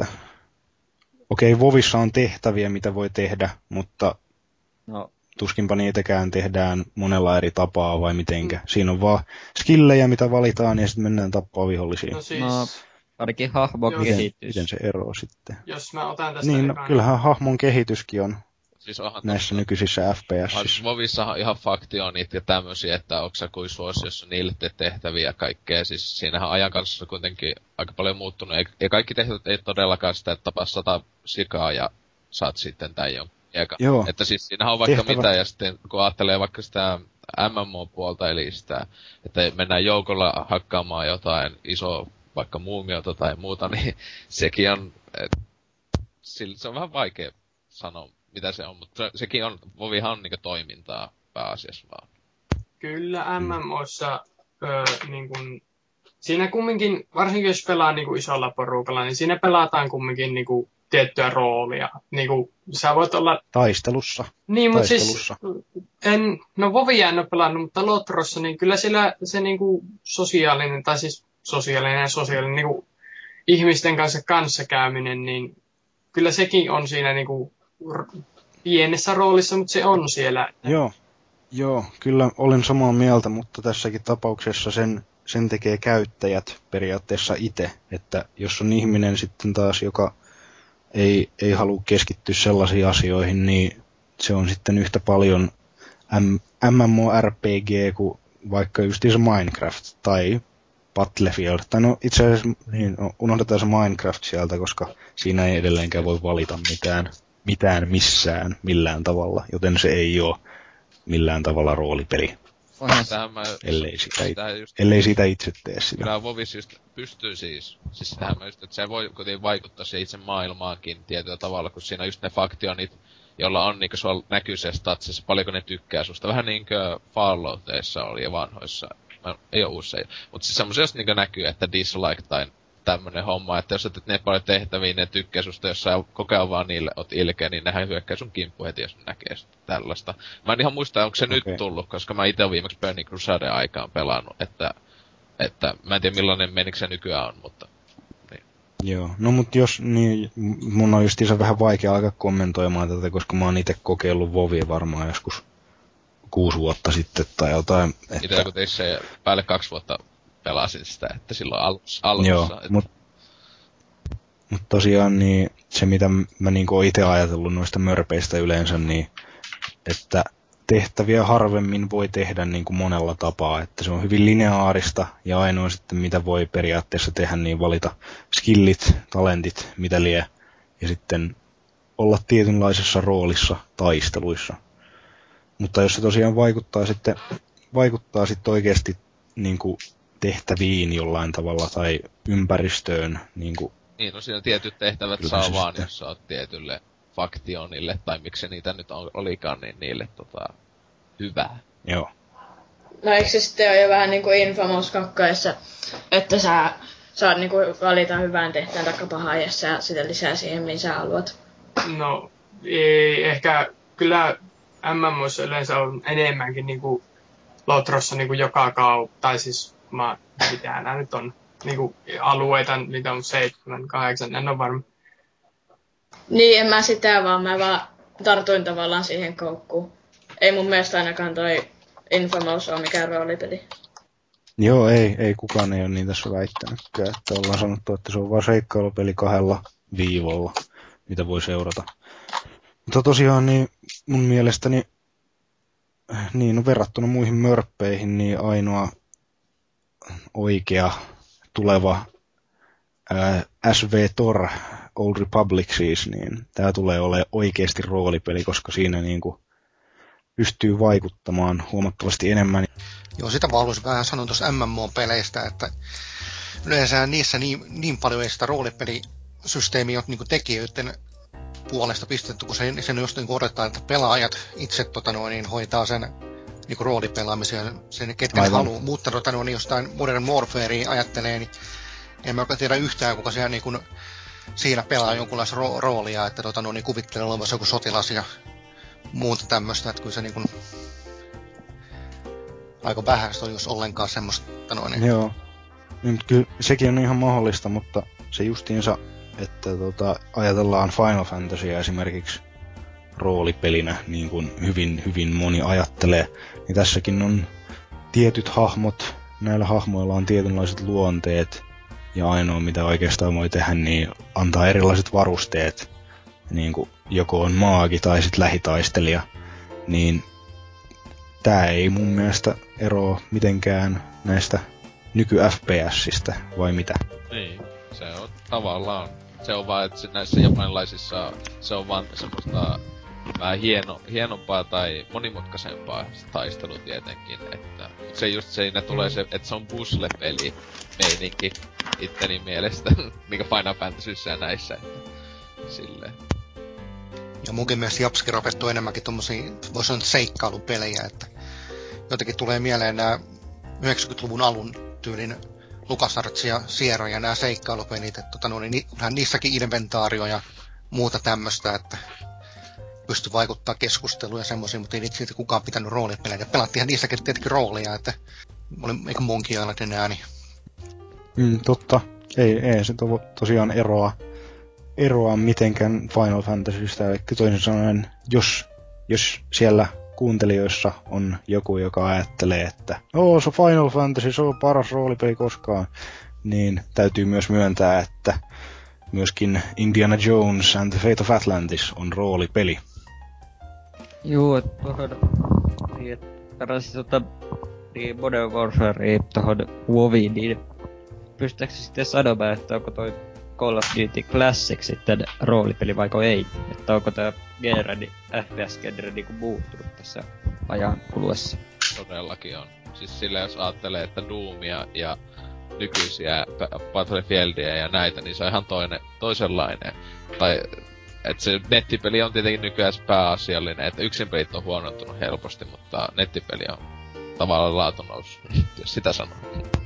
Okei, WoWissa on tehtäviä, mitä voi tehdä, mutta No, tuskinpa niitäkään tehdään monella eri tapaa vai mitenkä. Siinä on vaan skillejä, mitä valitaan ja sitten mennään tappaa vihollisia. No siis, no ainakin hahmo Joo. Miten, kehitys. miten se ero sitten? jos mä otan tästä Niin, no, ekan- kyllähän hahmon kehityskin on Siis onhan näissä nykyisissä F P S:issä. Vovissahan ihan faktionit ja tämmösiä, että onko sä kuin suosiossa niille teet tehtäviä ja kaikkea. Siis siinähän ajan kanssa on kuitenkin aika paljon muuttunut. Ei, ei kaikki tehtävät ei todellakaan sitä, että tapaa sata sikaa ja saat sitten tän jonkun. Joo. Että siis siinähän on vaikka Tehtävä. mitä, ja sitten kun ajattelee vaikka sitä M M O-puolta, eli sitä, että mennään joukolla hakkaamaan jotain isoa, vaikka muumiota tai muuta, niin sekin on, et, sillä, se on vähän vaikea sanoa, mitä se on, mutta se, sekin on, Vovihan on niinku toimintaa pääasiassa vaan. Kyllä M M O:ssa öö, niin kun, siinä kumminkin, varsinkin jos pelaa niin kuin isolla porukalla, niin siinä pelataan kumminkin niin kuin tiettyä roolia. Niin kuin, sä voit olla... Taistelussa. Niin, mutta siis... Taistelussa. En, no Vovia en ole pelannut, mutta Lotrossa, niin kyllä siellä se niin kuin sosiaalinen, tai siis sosiaalinen ja sosiaalinen niin kuin ihmisten kanssa kanssakäyminen, niin kyllä sekin on siinä niin kuin r- pienessä roolissa, mutta se on siellä. Joo, joo, kyllä olen samaa mieltä, mutta tässäkin tapauksessa sen, sen tekee käyttäjät periaatteessa itse. Että jos on ihminen sitten taas, joka ei, ei halua keskittyä sellaisiin asioihin, niin se on sitten yhtä paljon M- MMORPG kuin vaikka justiinsa Minecraft tai Battlefield. Tai no itse asiassa niin, no, unohdetaan se Minecraft sieltä, koska siinä ei edelleenkään voi valita mitään, mitään missään millään tavalla, joten se ei ole millään tavalla roolipeli, Onhan se. Tähän mä, ellei sitä, sitä just, ellei sitä itse tee sitä. kyllä Vovis just pystyy siis, siis tähän mä just, että se voi kuitenkin vaikuttaa siihen itse maailmaankin tietyllä tavalla, kun siinä on just ne faktionit, jolla on niinku sulla näkyy se statsissa, paljonko ne tykkää susta. Vähän niinkö Fallouteissa oli ja vanhoissa. Mä, ei oo uusia. Mut siis semmosia just niinkö näkyy, että dislike tai tämmönen homma, että jos sä teet ne paljon tehtäviä, ne tykkää susta, jos sä koko ajan vaan niille oot ilkeä, niin nehän hyökkää sun kimppu heti, jos ne näkee tällaista. Mä en ihan muista, onko se okay. nyt tullut, koska mä ite oon viimeksi Burning Crusade aikaan pelannut, että, että mä en tiedä millainen menikö se nykyään on, mutta... Joo, no mut jos, niin mun on justiinsa vähän vaikea alkaa kommentoimaan tätä, koska mä oon ite kokeillut WoWia varmaan joskus kuusi vuotta sitten tai jotain. Että... Itellä kun teissä päälle kaksi vuotta pelasin sitä, että silloin alus, alussa. Joo, että... mut, mut tosiaan niin se mitä mä niinku oon ite ajatellut noista mörpeistä yleensä, niin että tehtäviä harvemmin voi tehdä niin kuin monella tapaa, että se on hyvin lineaarista ja ainoa sitten mitä voi periaatteessa tehdä, niin valita skillit, talentit, mitä lie ja sitten olla tietynlaisessa roolissa taisteluissa. Mutta jos se tosiaan vaikuttaa sitten, vaikuttaa sitten oikeasti niin kuin tehtäviin jollain tavalla tai ympäristöön. Niin, kuin, niin no siinä tietyt tehtävät kyllä saa vaan, sitten... jos sä oot tietylle faktionille, tai miksi niitä nyt on, olikaan, niin niille tota, hyvä. Joo. No eikö se sitten ole jo vähän niinku Infamous kakkoessa, että sä saat niinku valita hyvän tehtävän taikka pahan ja sä sitä lisää siihen, mihin sä haluat? No, ei, ehkä kyllä M M O:ssa yleensä on enemmänkin niinku Lotrossa niinku joka kau, tai siis mä, mitä nää nyt on, niinku alueita, mitä on seitsemän, kahdeksan, en ole varma. Niin, en mä sitä vaan, mä vaan tartuin tavallaan siihen koukkuun. Ei mun mielestä ainakaan toi Infamous ole mikään roolipeli. Joo, ei, ei kukaan ei ole niin tässä väittänytkään, että ollaan sanottu, että se on vaan seikkailupeli kahdella viivolla, mitä voi seurata. Mutta tosiaan niin mun mielestäni niin, no verrattuna muihin mörppeihin, niin ainoa oikea tuleva ää, S V Tor Old Republic siis, niin tää tulee olemaan oikeasti roolipeli, koska siinä niinku pystyy vaikuttamaan huomattavasti enemmän. Joo, sitä vaan haluaisin vähän sanoa tuossa M M O-peleistä, että yleensä niissä niin, niin paljon ei sitä roolipelisysteemiä ole niin tekijöiden puolesta pistetty, kun sen, sen just niin odotetaan, että pelaajat itse tota noin, niin hoitaa sen niin roolipelaamisen, sen ketkä ne haluaa. Mutta tota noin, jostain Modern Warfarea ajattelee, niin en mä oikein tiedä yhtään, kuka siellä, niin kuin, siinä pelaa jonkunlaista ro- roolia, että tota noin, niin kuvittelee olevansa joku sotilas ja muuta tämmöistä, että kyllä se niin kuin aika vähäistä on, jos ollenkaan semmoista noin. Joo. Niin, kyllä sekin on ihan mahdollista, mutta se justiinsa, että tota, ajatellaan Final Fantasyä esimerkiksi roolipelinä, niin kuin hyvin, hyvin moni ajattelee, niin tässäkin on tietyt hahmot, näillä hahmoilla on tietynlaiset luonteet, ja ainoa mitä oikeastaan voi tehdä, niin antaa erilaiset varusteet, niin kuin joko on maagi tai sitten lähitaistelija, niin tää ei mun mielestä eroa mitenkään näistä nyky-F P S:istä, vai mitä? Niin, se on tavallaan, se on vaan, että näissä japanilaisissa se on vaan semmoista vähän hieno, hienompaa tai monimutkaisempaa taistelu tietenkin, että se just siinä tulee se, että se on puzzle-peli meininki itteni mielestä, mikä Final Fantasyssä ja näissä, että silleen. Ja munkin mielestä Japski rapettuu enemmänkin tommosia, vois sanoa seikkailupelejä, että jotenkin tulee mieleen nää yhdeksänkymmentäluvun alun tyylin LucasArts ja Sierra ja nää seikkailupelit, että tota, no, niin, niissäkin inventaario ja muuta tämmöstä, että pystyi vaikuttaa keskusteluun ja semmosia, mutta ei niitä silti kukaan pitänyt roolipelejä. Pelattiinhan niissäkin tietenkin roolia, että oli eikä munkin aina enää, niin... Mm, totta. Ei, ei se to, tosiaan eroa, eroa mitenkään Final Fantasystä, eli toisin sanoen, jos, jos siellä kuuntelijoissa on joku, joka ajattelee, että oo, se Final Fantasy, se on paras roolipeli koskaan, niin täytyy myös myöntää, että myöskin Indiana Jones and the Fate of Atlantis on roolipeli. Juu, että tuohon... Niin, karasin tota... Niin Modern Warfare tohon WoWiin, niin... Pystytäänkö sitten sanomaan, että onko toi Call of Duty Classic sitten roolipeli vaiko ei? Että onko tää genre, niin F P S-genre niinku muuttunut tässä ajan kuluessa? Todellakin on. Siis sillä jos ajattelee, että Doomia ja nykyisiä Battlefieldia ja näitä, niin se on ihan toinen, toisenlainen. Tai, että se nettipeli on tietenkin nykyään pääasiallinen, että yksin pelit on huonontunut helposti, mutta nettipeli on tavallaan laatu noussut, jos sitä sanoo.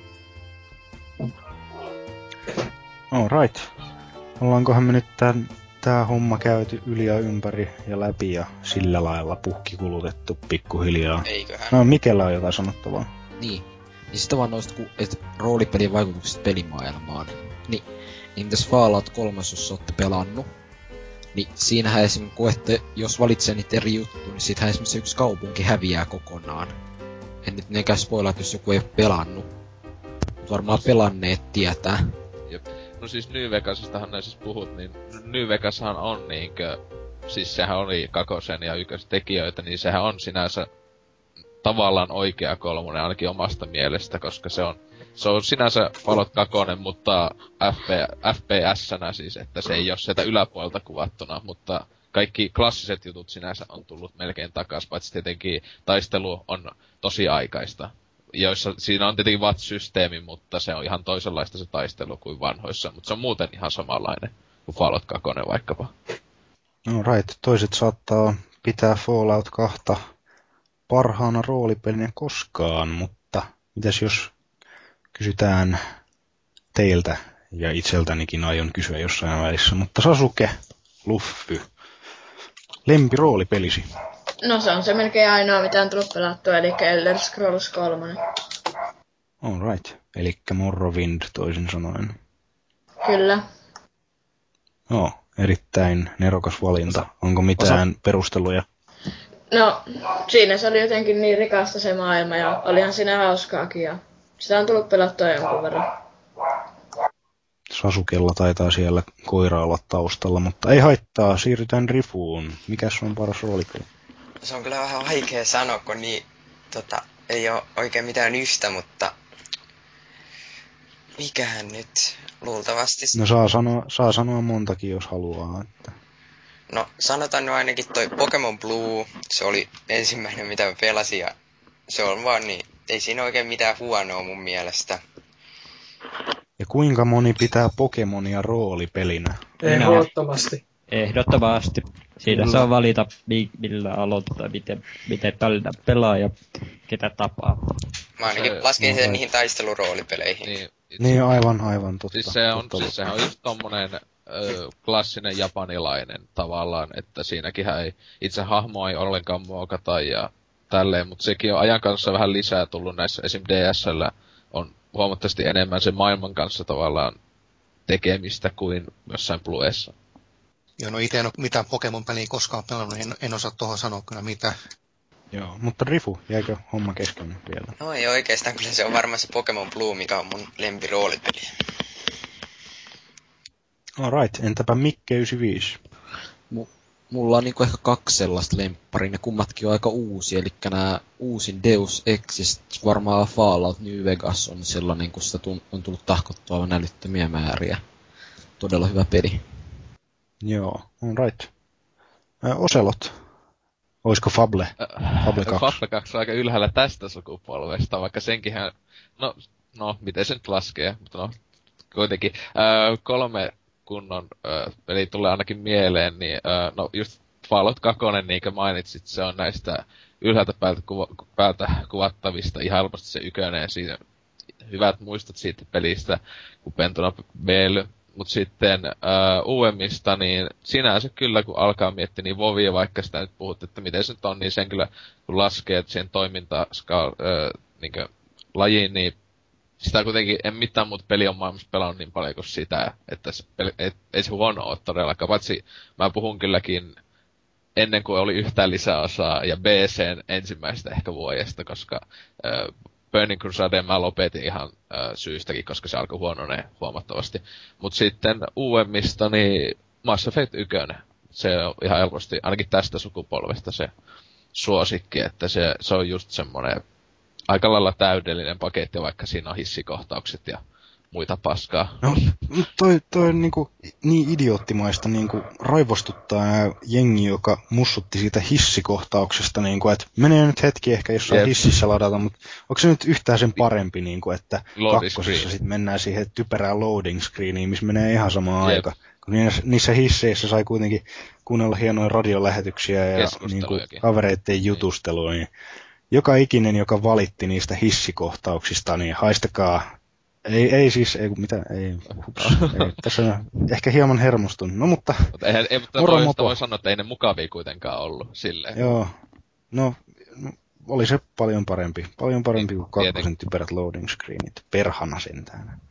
Alright. Ollaankohan me nyt tän, tää homma käyty yli ja ympäri ja läpi ja sillä lailla puhki kulutettu pikkuhiljaa? Eiköhän. No, Mikellä on jotain sanottavaa. Niin. Niin sitä vaan noista, kun et roolipelien vaikutukset pelimaailmaan. Niin, niin mitäs Fallout kolme, jos ootte pelannut, niin siinähän esim. Kun ette, jos valitsee niitä eri juttuja, niin siitähän esimerkiksi yksi kaupunki häviää kokonaan. En nyt nekään spoilaa, jos joku ei oo pelannut. Mut varmaan pelanneet tietää. Jep. No siis New Vegasistahan näin siis puhut, niin New Vegashan on niinkö... Siis sehän oli kakosen ja ykkösen tekijöitä, niin sehän on sinänsä tavallaan oikea kolmonen ainakin omasta mielestä, koska se on, se on sinänsä Fallout kaksi, mutta F P S-nä siis, että se ei oo sieltä yläpuolelta kuvattuna, mutta kaikki klassiset jutut sinänsä on tullut melkein takas, paitsi tietenkin taistelu on tosi aikaista. Joissa siinä on tietenkin V A T-systeemi, mutta se on ihan toisenlaista se taistelu kuin vanhoissa, mutta se on muuten ihan samanlainen kuin Fallout kaksi vaikkapa. No right, toiset saattaa pitää Fallout kaksi parhaana roolipelinä koskaan, mutta mitäs jos kysytään teiltä, ja itseltänikin aion kysyä jossain välissä, mutta Sasuke, Luffy, lempiroolipelisi? No se on se melkein ainoa, mitä on tullut pelattua, eli Elder Scrolls kolme. Alright, elikkä Morrowind toisin sanoen. Kyllä. Joo, erittäin nerokas valinta. Onko mitään Osa... perusteluja? No, siinä se oli jotenkin niin rikasta se maailma ja olihan siinä hauskaakin ja sitä on tullut pelattua jonkun verran. Sasukella taitaa siellä koira olla taustalla, mutta ei haittaa, siirrytään Rifuun. Mikäs on paras roolipeli? Se on kyllä vähän vaikea sanoa, kun niin, tota, ei oo oikein mitään yhtä, mutta mikähän nyt luultavasti... No saa sanoa, saa sanoa montakin, jos haluaa. Että... No sanotaan nyt ainakin toi Pokemon Blue, se oli ensimmäinen mitä mä pelasin ja se on vaan niin, ei siinä oikein mitään huonoa mun mielestä. Ja kuinka moni pitää Pokemonia roolipelinä? Ehdottomasti. Ehdottomasti. Siinä saa valita, millä aloittaa, miten, miten pelaa ja ketä tapaa. Mä ainakin se, laskin sen no, niihin taisteluroolipeleihin. Niin, niin aivan, aivan totta. Siis se on, totta, siis sehän on just tommonen ö, klassinen japanilainen tavallaan, että siinäkinhän ei itse hahmoa ei ollenkaan muokata ja tälleen, mutta sekin on ajan kanssa vähän lisää tullut näissä, esim. D S L on huomattavasti enemmän se maailman kanssa tavallaan tekemistä kuin jossain Bluessa. Joo, no itse en ole mitään Pokemon-peliä koskaan pelannut, en, en osaa tuohon sanoa kyllä mitään. Joo, mutta Rifu, jäikö homma kesken vielä? No ei oikeastaan, kyllä se on varmaan se Pokemon Blue, mikä on mun lempiroolipeli. Alright, entäpä Mikke yhdeksänkymmentäviisi? M- mulla on niinku ehkä kaksi sellaista lempparia, ne kummatkin on aika uusia, eli nämä uusin Deus Ex ja varmaan Fallout New Vegas on sellainen, kun sitä on tullut tahkottua älyttömiä määriä. Todella hyvä peli. Joo, alright. Ä, Oselot. Oisko Fable? Fable kaksi. Fable kaksi on aika ylhäällä tästä sukupolvesta, vaikka senkinhän, no, no, miten se nyt laskee, mutta no, kuitenkin. Äh, kolme kunnon äh, peli tulee ainakin mieleen, niin äh, no just Fallout kaksi, niin kuin mainitsit, se on näistä ylhäältä päältä, kuva, päältä kuvattavista ihan helposti se ykönen, siinä hyvät muistot siitä pelistä, kun pentuna Bell. Mut sitten äh, uudemmista, niin sinänsä kyllä, kun alkaa miettiä niin Vovia, vaikka sitä nyt puhut, että miten se nyt on, niin sen kyllä, kun laskee, että siihen toiminta äh, niin lajiin, niin sitä kuitenkin, en mitään muuta peliä on maailmassa pelannut niin paljon kuin sitä, että se peli, et, ei se huono ole todellakaan. Paitsi mä puhun kylläkin ennen kuin oli yhtään lisäosaa ja B C:n ensimmäistä ehkä vuodesta, koska äh, Burning Crusade mä lopetin ihan äh, syystäkin, koska se alkoi huononeen huomattavasti. Mut sitten uudemmista, niin Mass Effect yksi, se on ihan helposti, ainakin tästä sukupolvesta se suosikki, että se, se on just semmonen aika lailla täydellinen paketti, vaikka siinä on hissikohtaukset ja muita paskaa. No, toi, toi on niinku niin idioottimaista niinku raivostuttaa jengi, joka mussutti siitä hissikohtauksesta, niinku, että menee nyt hetki ehkä jossain yep. hississä ladata, mutta onko se nyt yhtään sen parempi, niinku, että loading kakkosessa sitten mennään siihen typerään loading screeniin, missä menee ihan sama yep. aika. Kun niissä, niissä hisseissä sai kuitenkin kuunnella hienoja radiolähetyksiä ja niinku, kavereiden jutustelua, niin joka ikinen, joka valitti niistä hissikohtauksista, niin haistakaa. Ei, ei siis, ei mitä, ei, hups, ei, tässä on ehkä hieman hermostunut, no mutta, mutta eihän, ei, mutta moro mopo. Voi sanoa, että ei ne mukavia kuitenkaan ollut, silleen. Joo, no, oli se paljon parempi, paljon parempi kuin kakkosen typerät loading screenit, perhana sentään.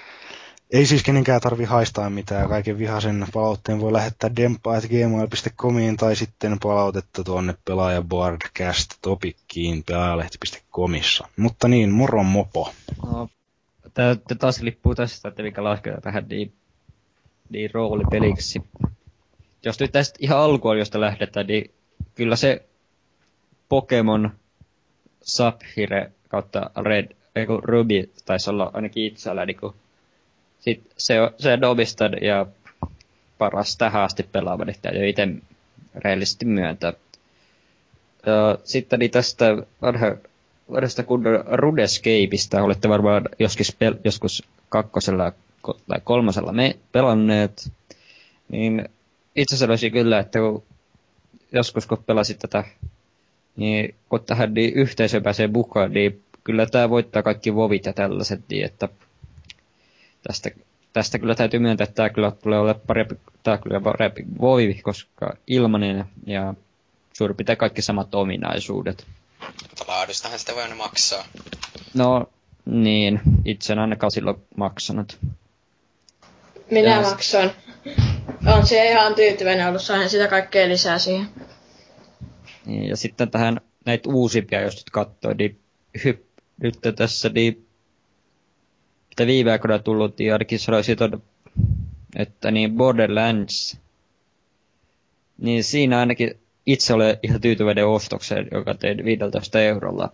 Ei siis kenenkään tarvi haistaa mitään, kaiken vihaisen palautteen voi lähettää dempaa at gmail piste comiin tai sitten palautetta tuonne pelaajaboardcast topikkiin pelaajalehti piste comissa. Mutta niin, moro mopo. No. Tää taas lippuu tästä, että mikä lasketaan tähän niin, niin roolipeliksi. Jos nyt tästä ihan alkuun, josta lähdetään, niin kyllä se Pokemon Sapphire kautta Red, eiku Ruby taisi olla ainakin itsellä, niin kun sit se, se Dobistad ja paras tähän asti pelaava, että jo itse reellisesti myöntää. Ja sitten niin tästä vanha Vuodesta kunnon Rudescapeista olette varmaan joskus, pel- joskus kakkosella tai kolmosella me pelanneet. Niin itse sanoisin kyllä, että kun joskus kun pelasit tätä, niin kun tähän niin yhteisöön pääsee mukaan, niin kyllä tämä voittaa kaikki vovit ja tällaiset. Niin että tästä, tästä kyllä täytyy myöntää, että tämä kyllä tulee olemaan parempi, tämä kyllä parempi vovi, koska ilmanen ja suurin piirtein kaikki samat ominaisuudet. Mutta laadustahan sitä voi aina maksaa. No niin, itse en ainakaan silloin maksanut. Minä ja maksoin. On se ihan tyytyväinen ollut, sain sitä kaikkea lisää siihen. Niin, ja sitten tähän näitä uusimpia, jos nyt katsoo, niin hyp, nyt tässä, niin mitä viime aikoina tullut, niin ainakin sanoisin, että niin Borderlands, niin siinä ainakin itse olen ihan tyytyväinen ostokseen, joka tein viisitoista eurolla.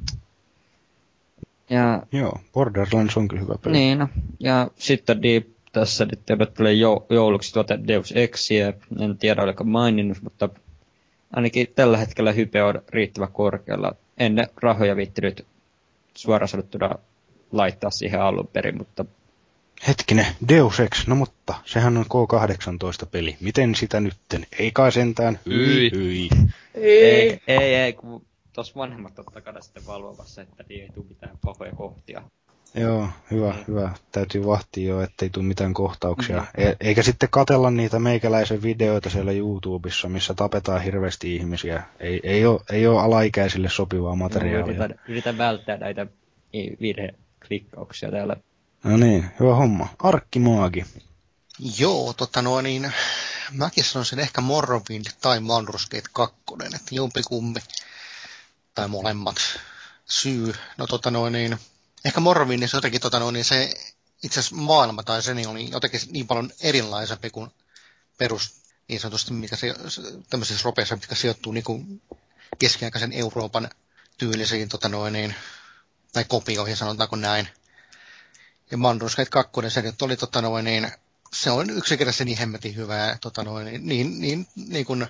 Ja, joo, Borderlands on kyllä hyvä peli. Niin, no, ja sitten niin, tässä nyt tulee jouluksi tuota Deus Exiä, en tiedä oliko maininnut, mutta ainakin tällä hetkellä hype on riittävän korkealla. En rahoja viittinyt suoraan sanottuna laittaa siihen alun perin, mutta hetkinen, Deus Ex, no mutta sehän on K kahdeksantoista peli. Miten sitä nytten? Ei kai sentään? Hyi, hyi. Ei, ei, ei, kun tuossa vanhemmat on takana sitten valvomassa, että ei tule mitään pahoja kohtia. Joo, hyvä, mm. hyvä. Täytyy vahtia jo, ettei tule mitään kohtauksia. Mm. E- eikä sitten katella niitä meikäläisen videoita siellä YouTubessa, missä tapetaan hirveästi ihmisiä. Ei, ei, ole, ei ole alaikäisille sopivaa materiaalia. No, yritän, yritän välttää näitä virheklikkauksia täällä. No niin, hyvä homma. Arkkimaagi. Joo, tota noin, niin mäkin sanoisin ehkä Morrowind tai Baldur's Gate kaksi, että jompikumpi tai molemmat. Syy, no tota noin, niin ehkä Morrowindissa jotenkin tota noin, niin se itse asiassa maailma tai se niin oli jotenkin niin paljon erilaisempi kuin perus niin sanotusti, mikä se tämmöisissä ropeissa, mitkä sijoittuu niin kuin keskiaikaisen Euroopan tyylisiin tota noin, niin, tai kopioihin, sanotaanko näin. Ja Baldur's Gate kaksi, se nyt oli tota noin, niin se on yksinkertaisesti niin hemmetin hyvää, tota noin, niin, niin, niin, niin kuin,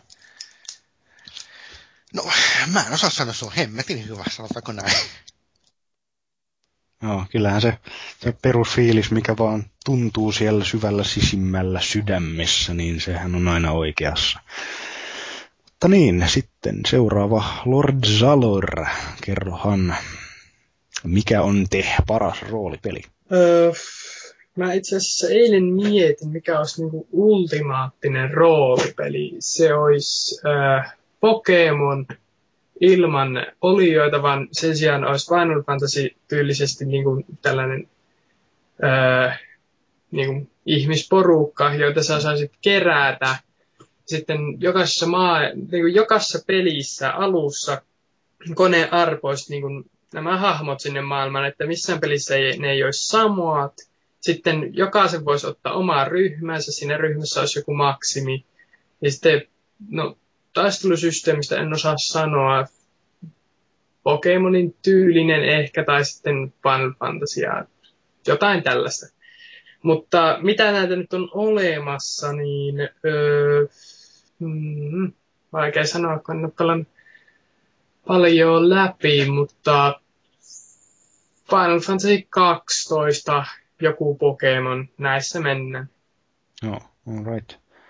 no mä en osaa sanoa, se on hemmetin hyvä, sanotaanko näin. Joo, kyllähän se, se perusfiilis, mikä vaan tuntuu siellä syvällä sisimmällä sydämessä, niin sehän on aina oikeassa. Mutta niin, sitten seuraava Lord Zalor, kerrohan, mikä on te paras roolipeli? Öö, mä itse asiassa eilen mietin, mikä olisi niinku ultimaattinen roolipeli. Se olisi öö, Pokemon ilman olioita, vaan sen sijaan olisi Final Fantasy-tyylisesti niinku tällainen öö, niinku ihmisporukka, joita sä saisit kerätä. Sitten jokaisessa, maa, niinku jokaisessa pelissä alussa kone arpoisi niinku nämä hahmot sinne maailmaan, että missään pelissä ei, ne ei olisi samoat. Sitten jokaisen voisi ottaa omaa ryhmänsä, siinä ryhmässä olisi joku maksimi. Ja sitten, no, taistelusysteemistä en osaa sanoa. Pokemonin tyylinen ehkä, tai sitten Final Fantasia, jotain tällaista. Mutta mitä näitä nyt on olemassa, niin öö, hmm, vaikea sanoa, kun en ole pelannut paljon läpi, mutta Final Fantasy kaksitoista, joku Pokemon, näissä mennään. Joo, all right.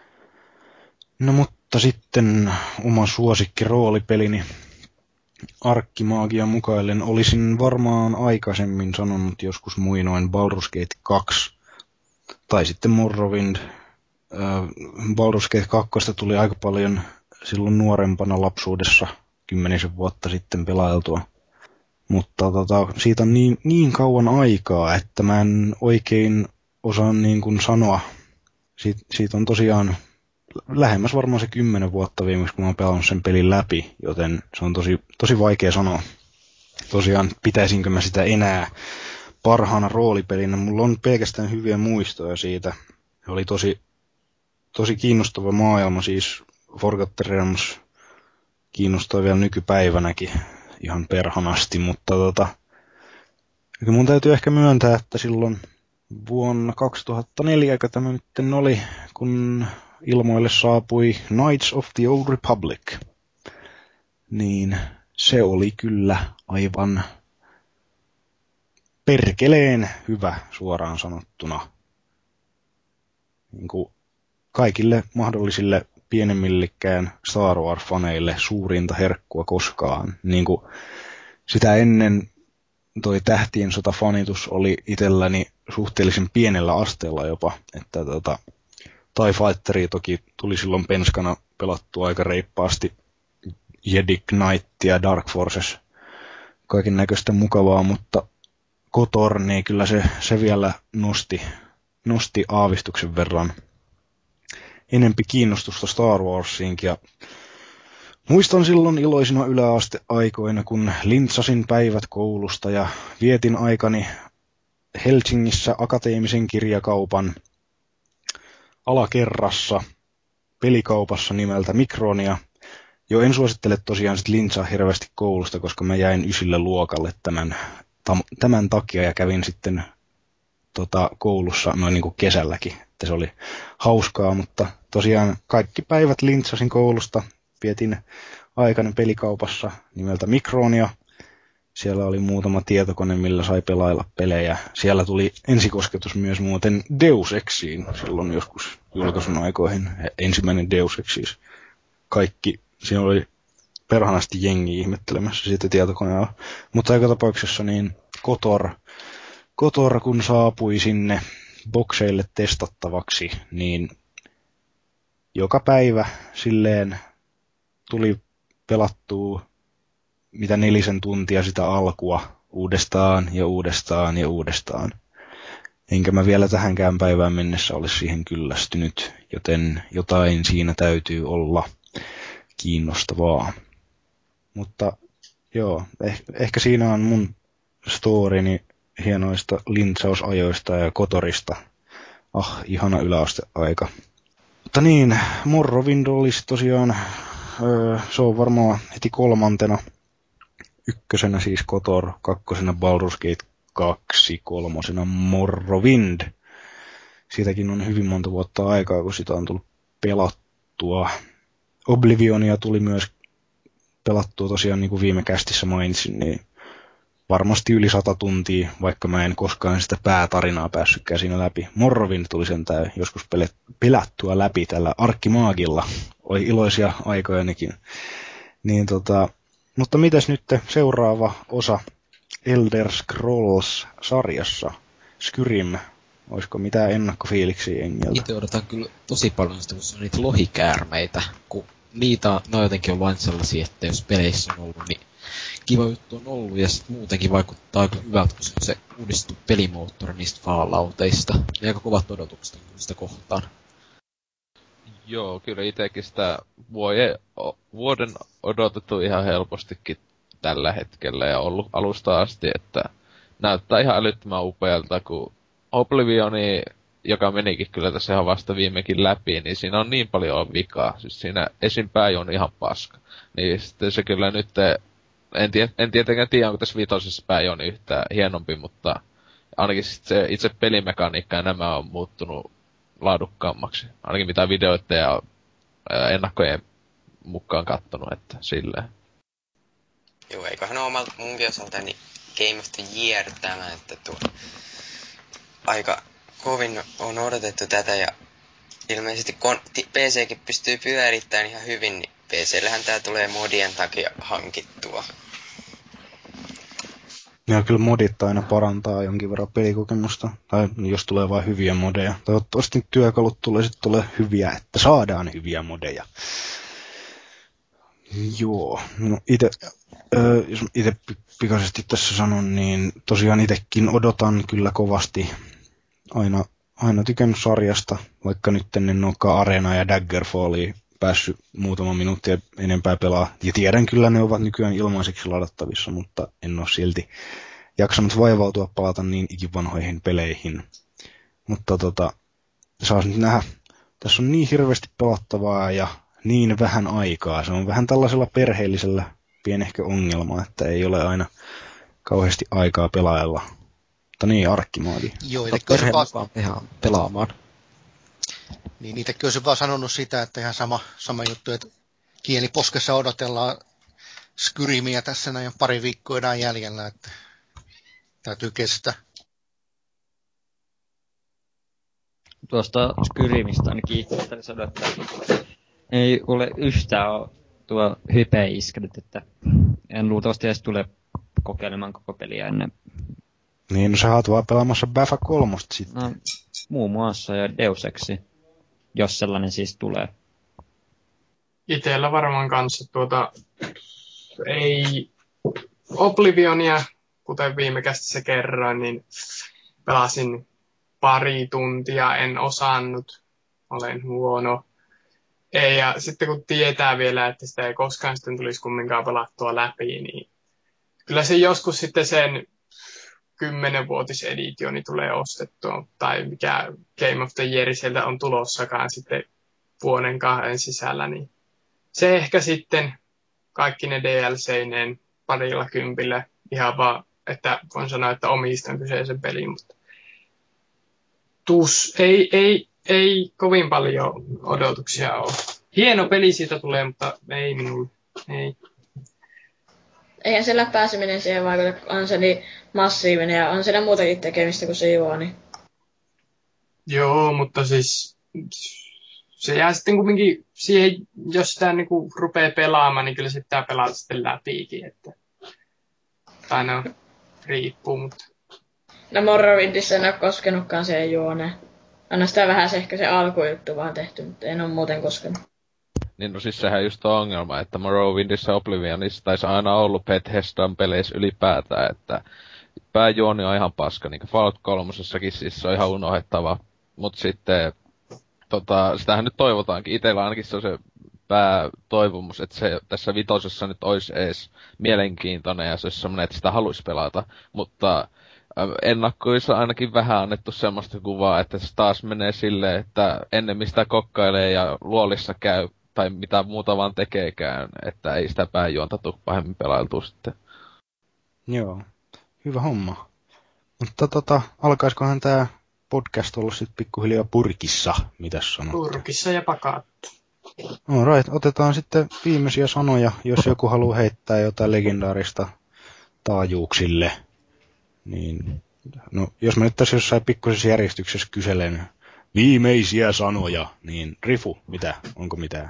No mutta sitten oma suosikki roolipelini Arkkimaagian mukaillen olisin varmaan aikaisemmin sanonut joskus muinoin Baldur's Gate kaksi tai sitten Morrowind. Äh, Baldur's Gate kaksi tuli aika paljon silloin nuorempana lapsuudessa, kymmenisen vuotta sitten pelailtua. Mutta tota, siitä on niin, niin kauan aikaa, että mä en oikein osaa niin kuin sanoa. Siit, siitä on tosiaan lähemmäs varmaan se kymmenen vuotta viimeksi, kun mä oon pelannut sen pelin läpi, joten se on tosi, tosi vaikea sanoa. Tosiaan, pitäisinkö mä sitä enää parhaana roolipelinä. Mulla on pelkästään hyviä muistoja siitä. Se oli tosi, tosi kiinnostava maailma, siis Forgotten Realms kiinnostaa vielä nykypäivänäkin ihan perhanasti, mutta tota, mun täytyy ehkä myöntää, että silloin vuonna kaksituhattaneljä, kun tämä nyt oli, kun ilmoille saapui Knights of the Old Republic, niin se oli kyllä aivan perkeleen hyvä suoraan sanottuna. Niin kuin kaikille mahdollisille pienemmillekään Star Wars-faneille suurinta herkkua koskaan. Niin kuin sitä ennen toi Tähtien sota-fanitus oli itselläni suhteellisen pienellä asteella jopa, että tota, TIE Fighteri toki tuli silloin penskana pelattua aika reippaasti, Jedi Knight ja Dark Forces, kaiken näköistä mukavaa, mutta KOTOR, niin kyllä se, se vielä nosti, nosti aavistuksen verran enempi kiinnostusta Star Warsiinkin. Ja muistan silloin iloisina yläasteaikoina, kun lintsasin päivät koulusta ja vietin aikani Helsingissä akateemisen kirjakaupan alakerrassa pelikaupassa nimeltä Mikronia. Jo en suosittele tosiaan sit lintsaa hirveästi koulusta, koska mä jäin ysille luokalle tämän, tam, tämän takia ja kävin sitten tota, koulussa noin niin kuin kesälläkin. Että se oli hauskaa, mutta tosiaan kaikki päivät lintsasin koulusta. Vietin aikani pelikaupassa nimeltä Mikronia. Siellä oli muutama tietokone, millä sai pelailla pelejä. Siellä tuli ensikosketus myös muuten Deus Exiin silloin joskus julkaisun aikoihin. Ensimmäinen Deus Ex siis. Kaikki, siinä oli perhanasti jengi ihmettelemässä siitä tietokoneella. Mutta aika tapauksessa niin KOTOR Kotor kun saapui sinne bokseille testattavaksi, niin joka päivä silleen tuli pelattua mitä nelisen tuntia sitä alkua uudestaan ja uudestaan ja uudestaan. Enkä mä vielä tähänkään päivään mennessä ole siihen kyllästynyt, joten jotain siinä täytyy olla kiinnostavaa. Mutta joo, eh- ehkä siinä on mun storini hienoista lintsausajoista ja Kotorista. Ah, ihana yläasteaika. Mutta niin, Morrowind olisi tosiaan, öö, se on varmaan heti kolmantena. Ykkösenä siis Kotor, kakkosena Baldur's Gate kaksi, kolmosena Morrowind. Siitäkin on hyvin monta vuotta aikaa, kun sitä on tullut pelattua. Oblivionia tuli myös pelattua tosiaan, niin kuin viime kästissä mainitsin, niin varmasti yli sata tuntia, vaikka mä en koskaan sitä päätarinaa päässytkään siinä läpi. Morrowind tuli sentään joskus pelattua läpi tällä arkkimaagilla. Oli iloisia aikoja nekin. Niin tota, mutta mitäs nyt seuraava osa Elder Scrolls-sarjassa? Skyrim. Olisiko mitään ennakkofiiliksiä Engiltä? Itse odotan kyllä tosi paljon sitä, kun se on niitä lohikäärmeitä, kun niitä, ne on jotenkin ollut aina sellaisia, että jos peleissä on ollut, niin kiva juttu on ollut, ja sitten muutenkin vaikuttaa aika hyvältä, kun se on se uudistettu pelimoottori niistä Fallouteista. Ja aika kovat odotukset on kyllä sitä kohtaan. Joo, kyllä itsekin sitä vuoden, vuoden odotettu ihan helpostikin tällä hetkellä ja ollut alusta asti, että näyttää ihan älyttömän upealta, kun Oblivioni, joka menikin kyllä tässä ihan vasta viimekin läpi, niin siinä on niin paljon vikaa. Siis siinä esim. Pääjuoni on ihan paska. Niin sitten se kyllä nyt, en, tie, en tietenkään tiedä, onko tässä vitosessa pääjuoni yhtään hienompi, mutta ainakin se itse pelimekaniikka ja nämä on muuttunut laadukkaammaksi. Ainakin mitä videoita ja ennakkojen mukaan kattonut, että silleen. Joo, eiköhän ole omalta munkin osaltani Game of the Year tämä, että tuo aika kovin on odotettu tätä ja ilmeisesti kun P C:kin pystyy pyörittämään ihan hyvin, niin P C:llähän tää tulee modien takia hankittua. Ja kyllä modit aina parantaa jonkin verran pelikokemusta, tai jos tulee vain hyviä modeja. Toivottavasti työkalut tulee sitten tulee hyviä, että saadaan hyviä modeja. Joo, no ite, ö, jos itse pikaisesti tässä sanon, niin tosiaan itsekin odotan kyllä kovasti aina, aina tykännyt sarjasta, vaikka nyt en olekaan Arena ja Daggerfallia päässyt muutama minuuttia enempää pelaa. Ja tiedän kyllä, ne ovat nykyään ilmaiseksi ladattavissa, mutta en ole silti jaksanut vaivautua palata niin ikivanhoihin peleihin. Mutta tota, saas nyt nähdä, tässä on niin hirveästi pelattavaa ja niin vähän aikaa. Se on vähän tällaisella perheellisellä pienehkö ongelma, että ei ole aina kauheasti aikaa pelailla. Mutta niin, arkkimaagi. Joo, eli perheen mukaan ihan pelaamaan. Niin, niitäkin olisi vaan sanonut sitä, että ihan sama, sama juttu, että kieliposkessa odotellaan Skyrimiä tässä näin pari viikkoa enää jäljellä, että täytyy kestää. Tuosta Skyrimistä ainakin itse sanoa, että ei ole yhtään tuo hype iskenyt, että en luultavasti edes tule kokeilemaan koko peliä ennen. Niin, no sä oot vaan pelaamassa Baffa kolmosta sitten. No, muun muassa ja Deus Exi, jos sellainen siis tulee. Itellä varmaan kanssa tuota, ei Oblivionia, kuten viime kästissä kerroin, niin pelasin pari tuntia, en osannut, olen huono. Ei, ja sitten kun tietää vielä, että sitä ei koskaan sitten tulisi kumminkaan pelattua läpi, niin kyllä se joskus sitten sen kymmenvuotiseditioni tulee ostettua, tai mikä Game of the Year sieltä on tulossakaan sitten vuoden kahden sisällä, niin se ehkä sitten kaikki ne D L C-neen parilla kympillä ihan vaan, että voin sanoa, että omistan kyseisen pelin, mutta tus, ei, ei, ei kovin paljon odotuksia ole. Hieno peli siitä tulee, mutta ei minulle, ei. Eihän siellä pääseminen siihen vaikuta, on se niin massiivinen ja on siellä muutakin tekemistä kuin se juo, niin. Joo, mutta siis se jää sitten kuitenkin siihen, jos sitä niinku rupeaa pelaamaan, niin kyllä se pitää pelata sitten läpikin, että tai no, riippuu, mutta. No Morrowindissä en oo koskenutkaan siihen juoneen. Anna sitä vähän se ehkä se alkujuttu vaan tehty, mutta en oo muuten koskenut. Niin no siis sehän just on ongelma, että Morrowindissä Oblivionissa taisi aina ollut Bethesdan peleissä ylipäätään, että pääjuoni on ihan paska, niinku Fallout kolmosessakin siis se on ihan unohdettava. Mut sitten, tota, sitähän nyt toivotaankin. Itellä ainakin se on se päätoivomus, että se tässä vitosessa nyt olisi edes mielenkiintoinen ja se olisi semmoinen, että sitä haluaisi pelata. Mutta ennakkoissa ainakin vähän annettu semmoista kuvaa, että se taas menee silleen, että ennemmin sitä kokkailee ja luolissa käy, tai mitä muuta vaan tekeekään, että ei sitä pääjuonta tule pahemmin pelailtua sitten. Joo, hyvä homma. Mutta tota, alkaiskohan tää podcast olla sit pikkuhiljaa purkissa, mitäs sanot? Purkissa ja pakattu. No right, otetaan sitten viimeisiä sanoja, jos joku haluaa heittää jotain legendaarista taajuuksille. Niin, no, jos mä nyt tässä jossain pikkuisessa järjestyksessä kyselen viimeisiä sanoja, niin Rifu, mitä? Onko mitään?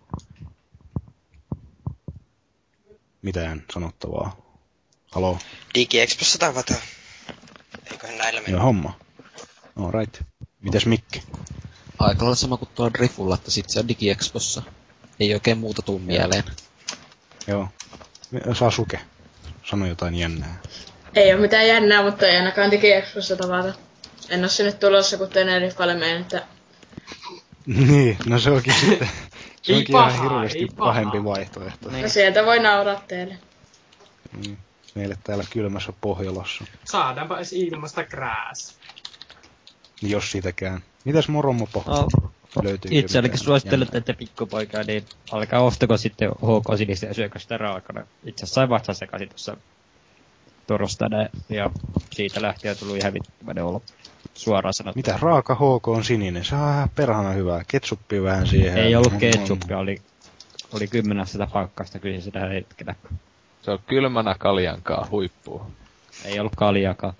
Mitään sanottavaa? Haloo? DigiExpossa tavataan. Eiköhän näillä mennä. Hyvä homma. All right. Mitäs Mikki? Aika lailla sama kuin tuo Rifulla, että sit se on DigiExpossa. Ei oikein muuta tuu mieleen. Joo. Sasuke, sano jotain jännää. Ei oo mitään jännää, mutta ei ainakaan DigiExpossa tavata. En oo sinne tulossa, kun Teneriffalle menen, että... Niin, no se onkin sitten... Se Ei onkin paha, ihan hirveästi ei paha. pahempi vaihtoehto. No sieltä voi nauraa teille. Niin. Meille täällä kylmässä Pohjolassa. Saadaanpa edes ilmasta krääs. Jos sitäkään. Mitäs Moromopo? No, Löytyykö itse ainakin mitään suosittelen, jännää? että pikkupoikaa, niin alkaa ostako sitten H K-sinistä ja syökö sitä raakana. Itse asiassa sain vatsan sekaisin tuossa torstaina ja siitä lähtien on tullut ihan vittumainen olo. Suoraan sanottuna. Mitä? Raaka H K on sininen. Se on ihan perhana hyvää. Ketsuppi vähän siihen. Ei ollut Mm, ketsuppia, oli, oli kymmenen sitä pakkasta kyllä sitä hetkellä. Se on kylmänä kaljankaa huippuu. Ei ollut kaljakaan.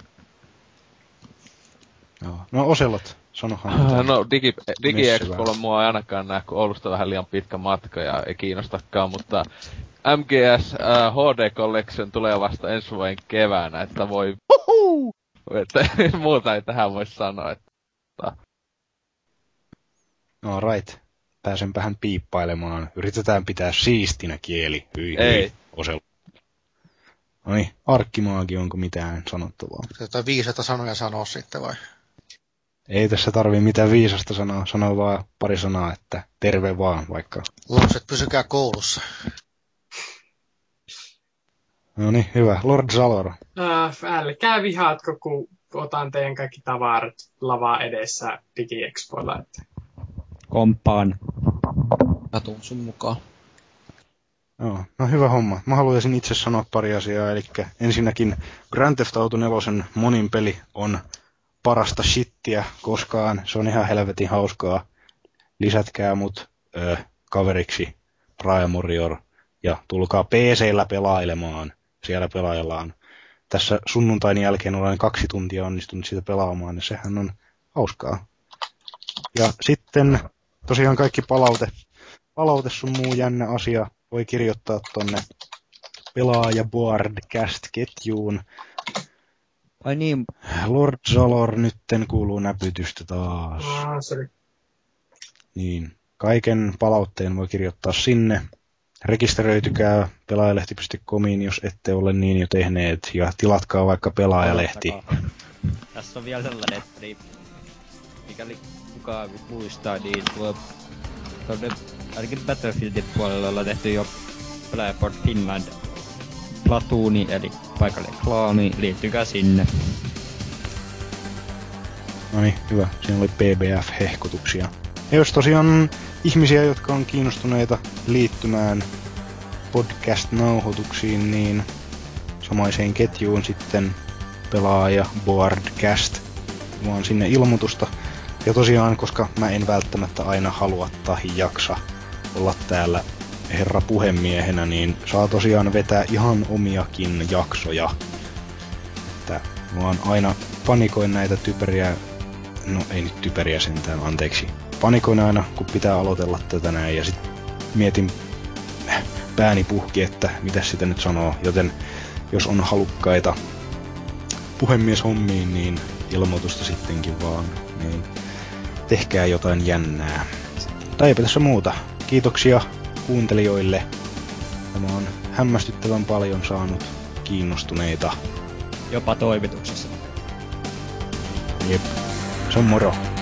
Joo. No Oselot, sanohan. jotain. No Digi, DigiExpolla Messyvää. mua ei ainakaan näe, kun Oulusta vähän liian pitkä matka ja ei kiinnostakaan, mutta M G S äh, H D Collection tulee vasta ensi vuoden keväänä, että voi Huhuu! Että muuta ei tähän voi sanoa, että No right. Pääsenpähän piippailemaan. Yritetään pitää siistinä kieli. Hyi, Ei. hyi. Oselot. Noniin, Arkkimaagi, onko mitään sanottavaa? Jotain viisaita sanoja sanoa sitten vai? Ei tässä tarvii mitään viisasta sanoa. Sano vaan pari sanaa, että terve vaan vaikka. Lapset, pysykää koulussa. No niin, hyvä. Lord Zalor. Äh, älkää vihaatko, kun otan teidän kaikki tavarat lavaa edessä DigiExpoilla. Että... Kompaan. Mä tuun sun mukaan. Joo, no hyvä homma. Mä haluaisin itse sanoa pari asiaa, eli ensinnäkin Grand Theft Auto neljä monin peli on parasta shittiä koskaan. Se on ihan helvetin hauskaa. Lisätkää mut ö, kaveriksi Brian Warrior ja tulkaa P C:llä pelailemaan. Siellä pelaillaan. Tässä sunnuntain jälkeen olen kaksi tuntia onnistunut sitä pelaamaan, ja sehän on hauskaa. Ja sitten tosiaan kaikki palaute, palaute sun muu jännä asia voi kirjoittaa tonne pelaaja Boardcast-ketjuun. Ai niin, Lord Zalor nytten kuuluu näpytystä taas. Ah, sorry. Niin, kaiken palautteen voi kirjoittaa sinne. Rekisteröitykää pelaajalehti piste comiin, jos ette ole niin jo tehneet, ja tilatkaa vaikka pelaajalehti. tässä on vielä sellainen, että niin, mikäli kukaan muistaa, niin tuo tuonne ainakin Battlefieldin puolella ollaan tehty jo Playboard Finland Platooni, eli paikallinen klaani, liittykää sinne. No niin, hyvä. Siinä oli P B F-hehkutuksia. Ja jos tosiaan ihmisiä, jotka on kiinnostuneita liittymään podcast-nauhoituksiin, niin samaiseen ketjuun sitten pelaaja Boardcast, vaan sinne ilmoitusta. Ja tosiaan, koska mä en välttämättä aina halua tai jaksa olla täällä herra puhemiehenä, niin saa tosiaan vetää ihan omiakin jaksoja. Että vaan aina panikoin näitä typeriä, no ei nyt typeriä sentään, anteeksi. Panikoin aina, kun pitää aloitella tätä näin, ja sit mietin pääni puhki, että mitä sitä nyt sanoo. Joten jos on halukkaita puhemieshommiin, niin ilmoitusta sittenkin vaan. Niin tehkää jotain jännää. Tai eipä tässä muuta. Kiitoksia kuuntelijoille. Tämä on hämmästyttävän paljon saanut kiinnostuneita. Jopa toimituksessa. Jep. Se on moro.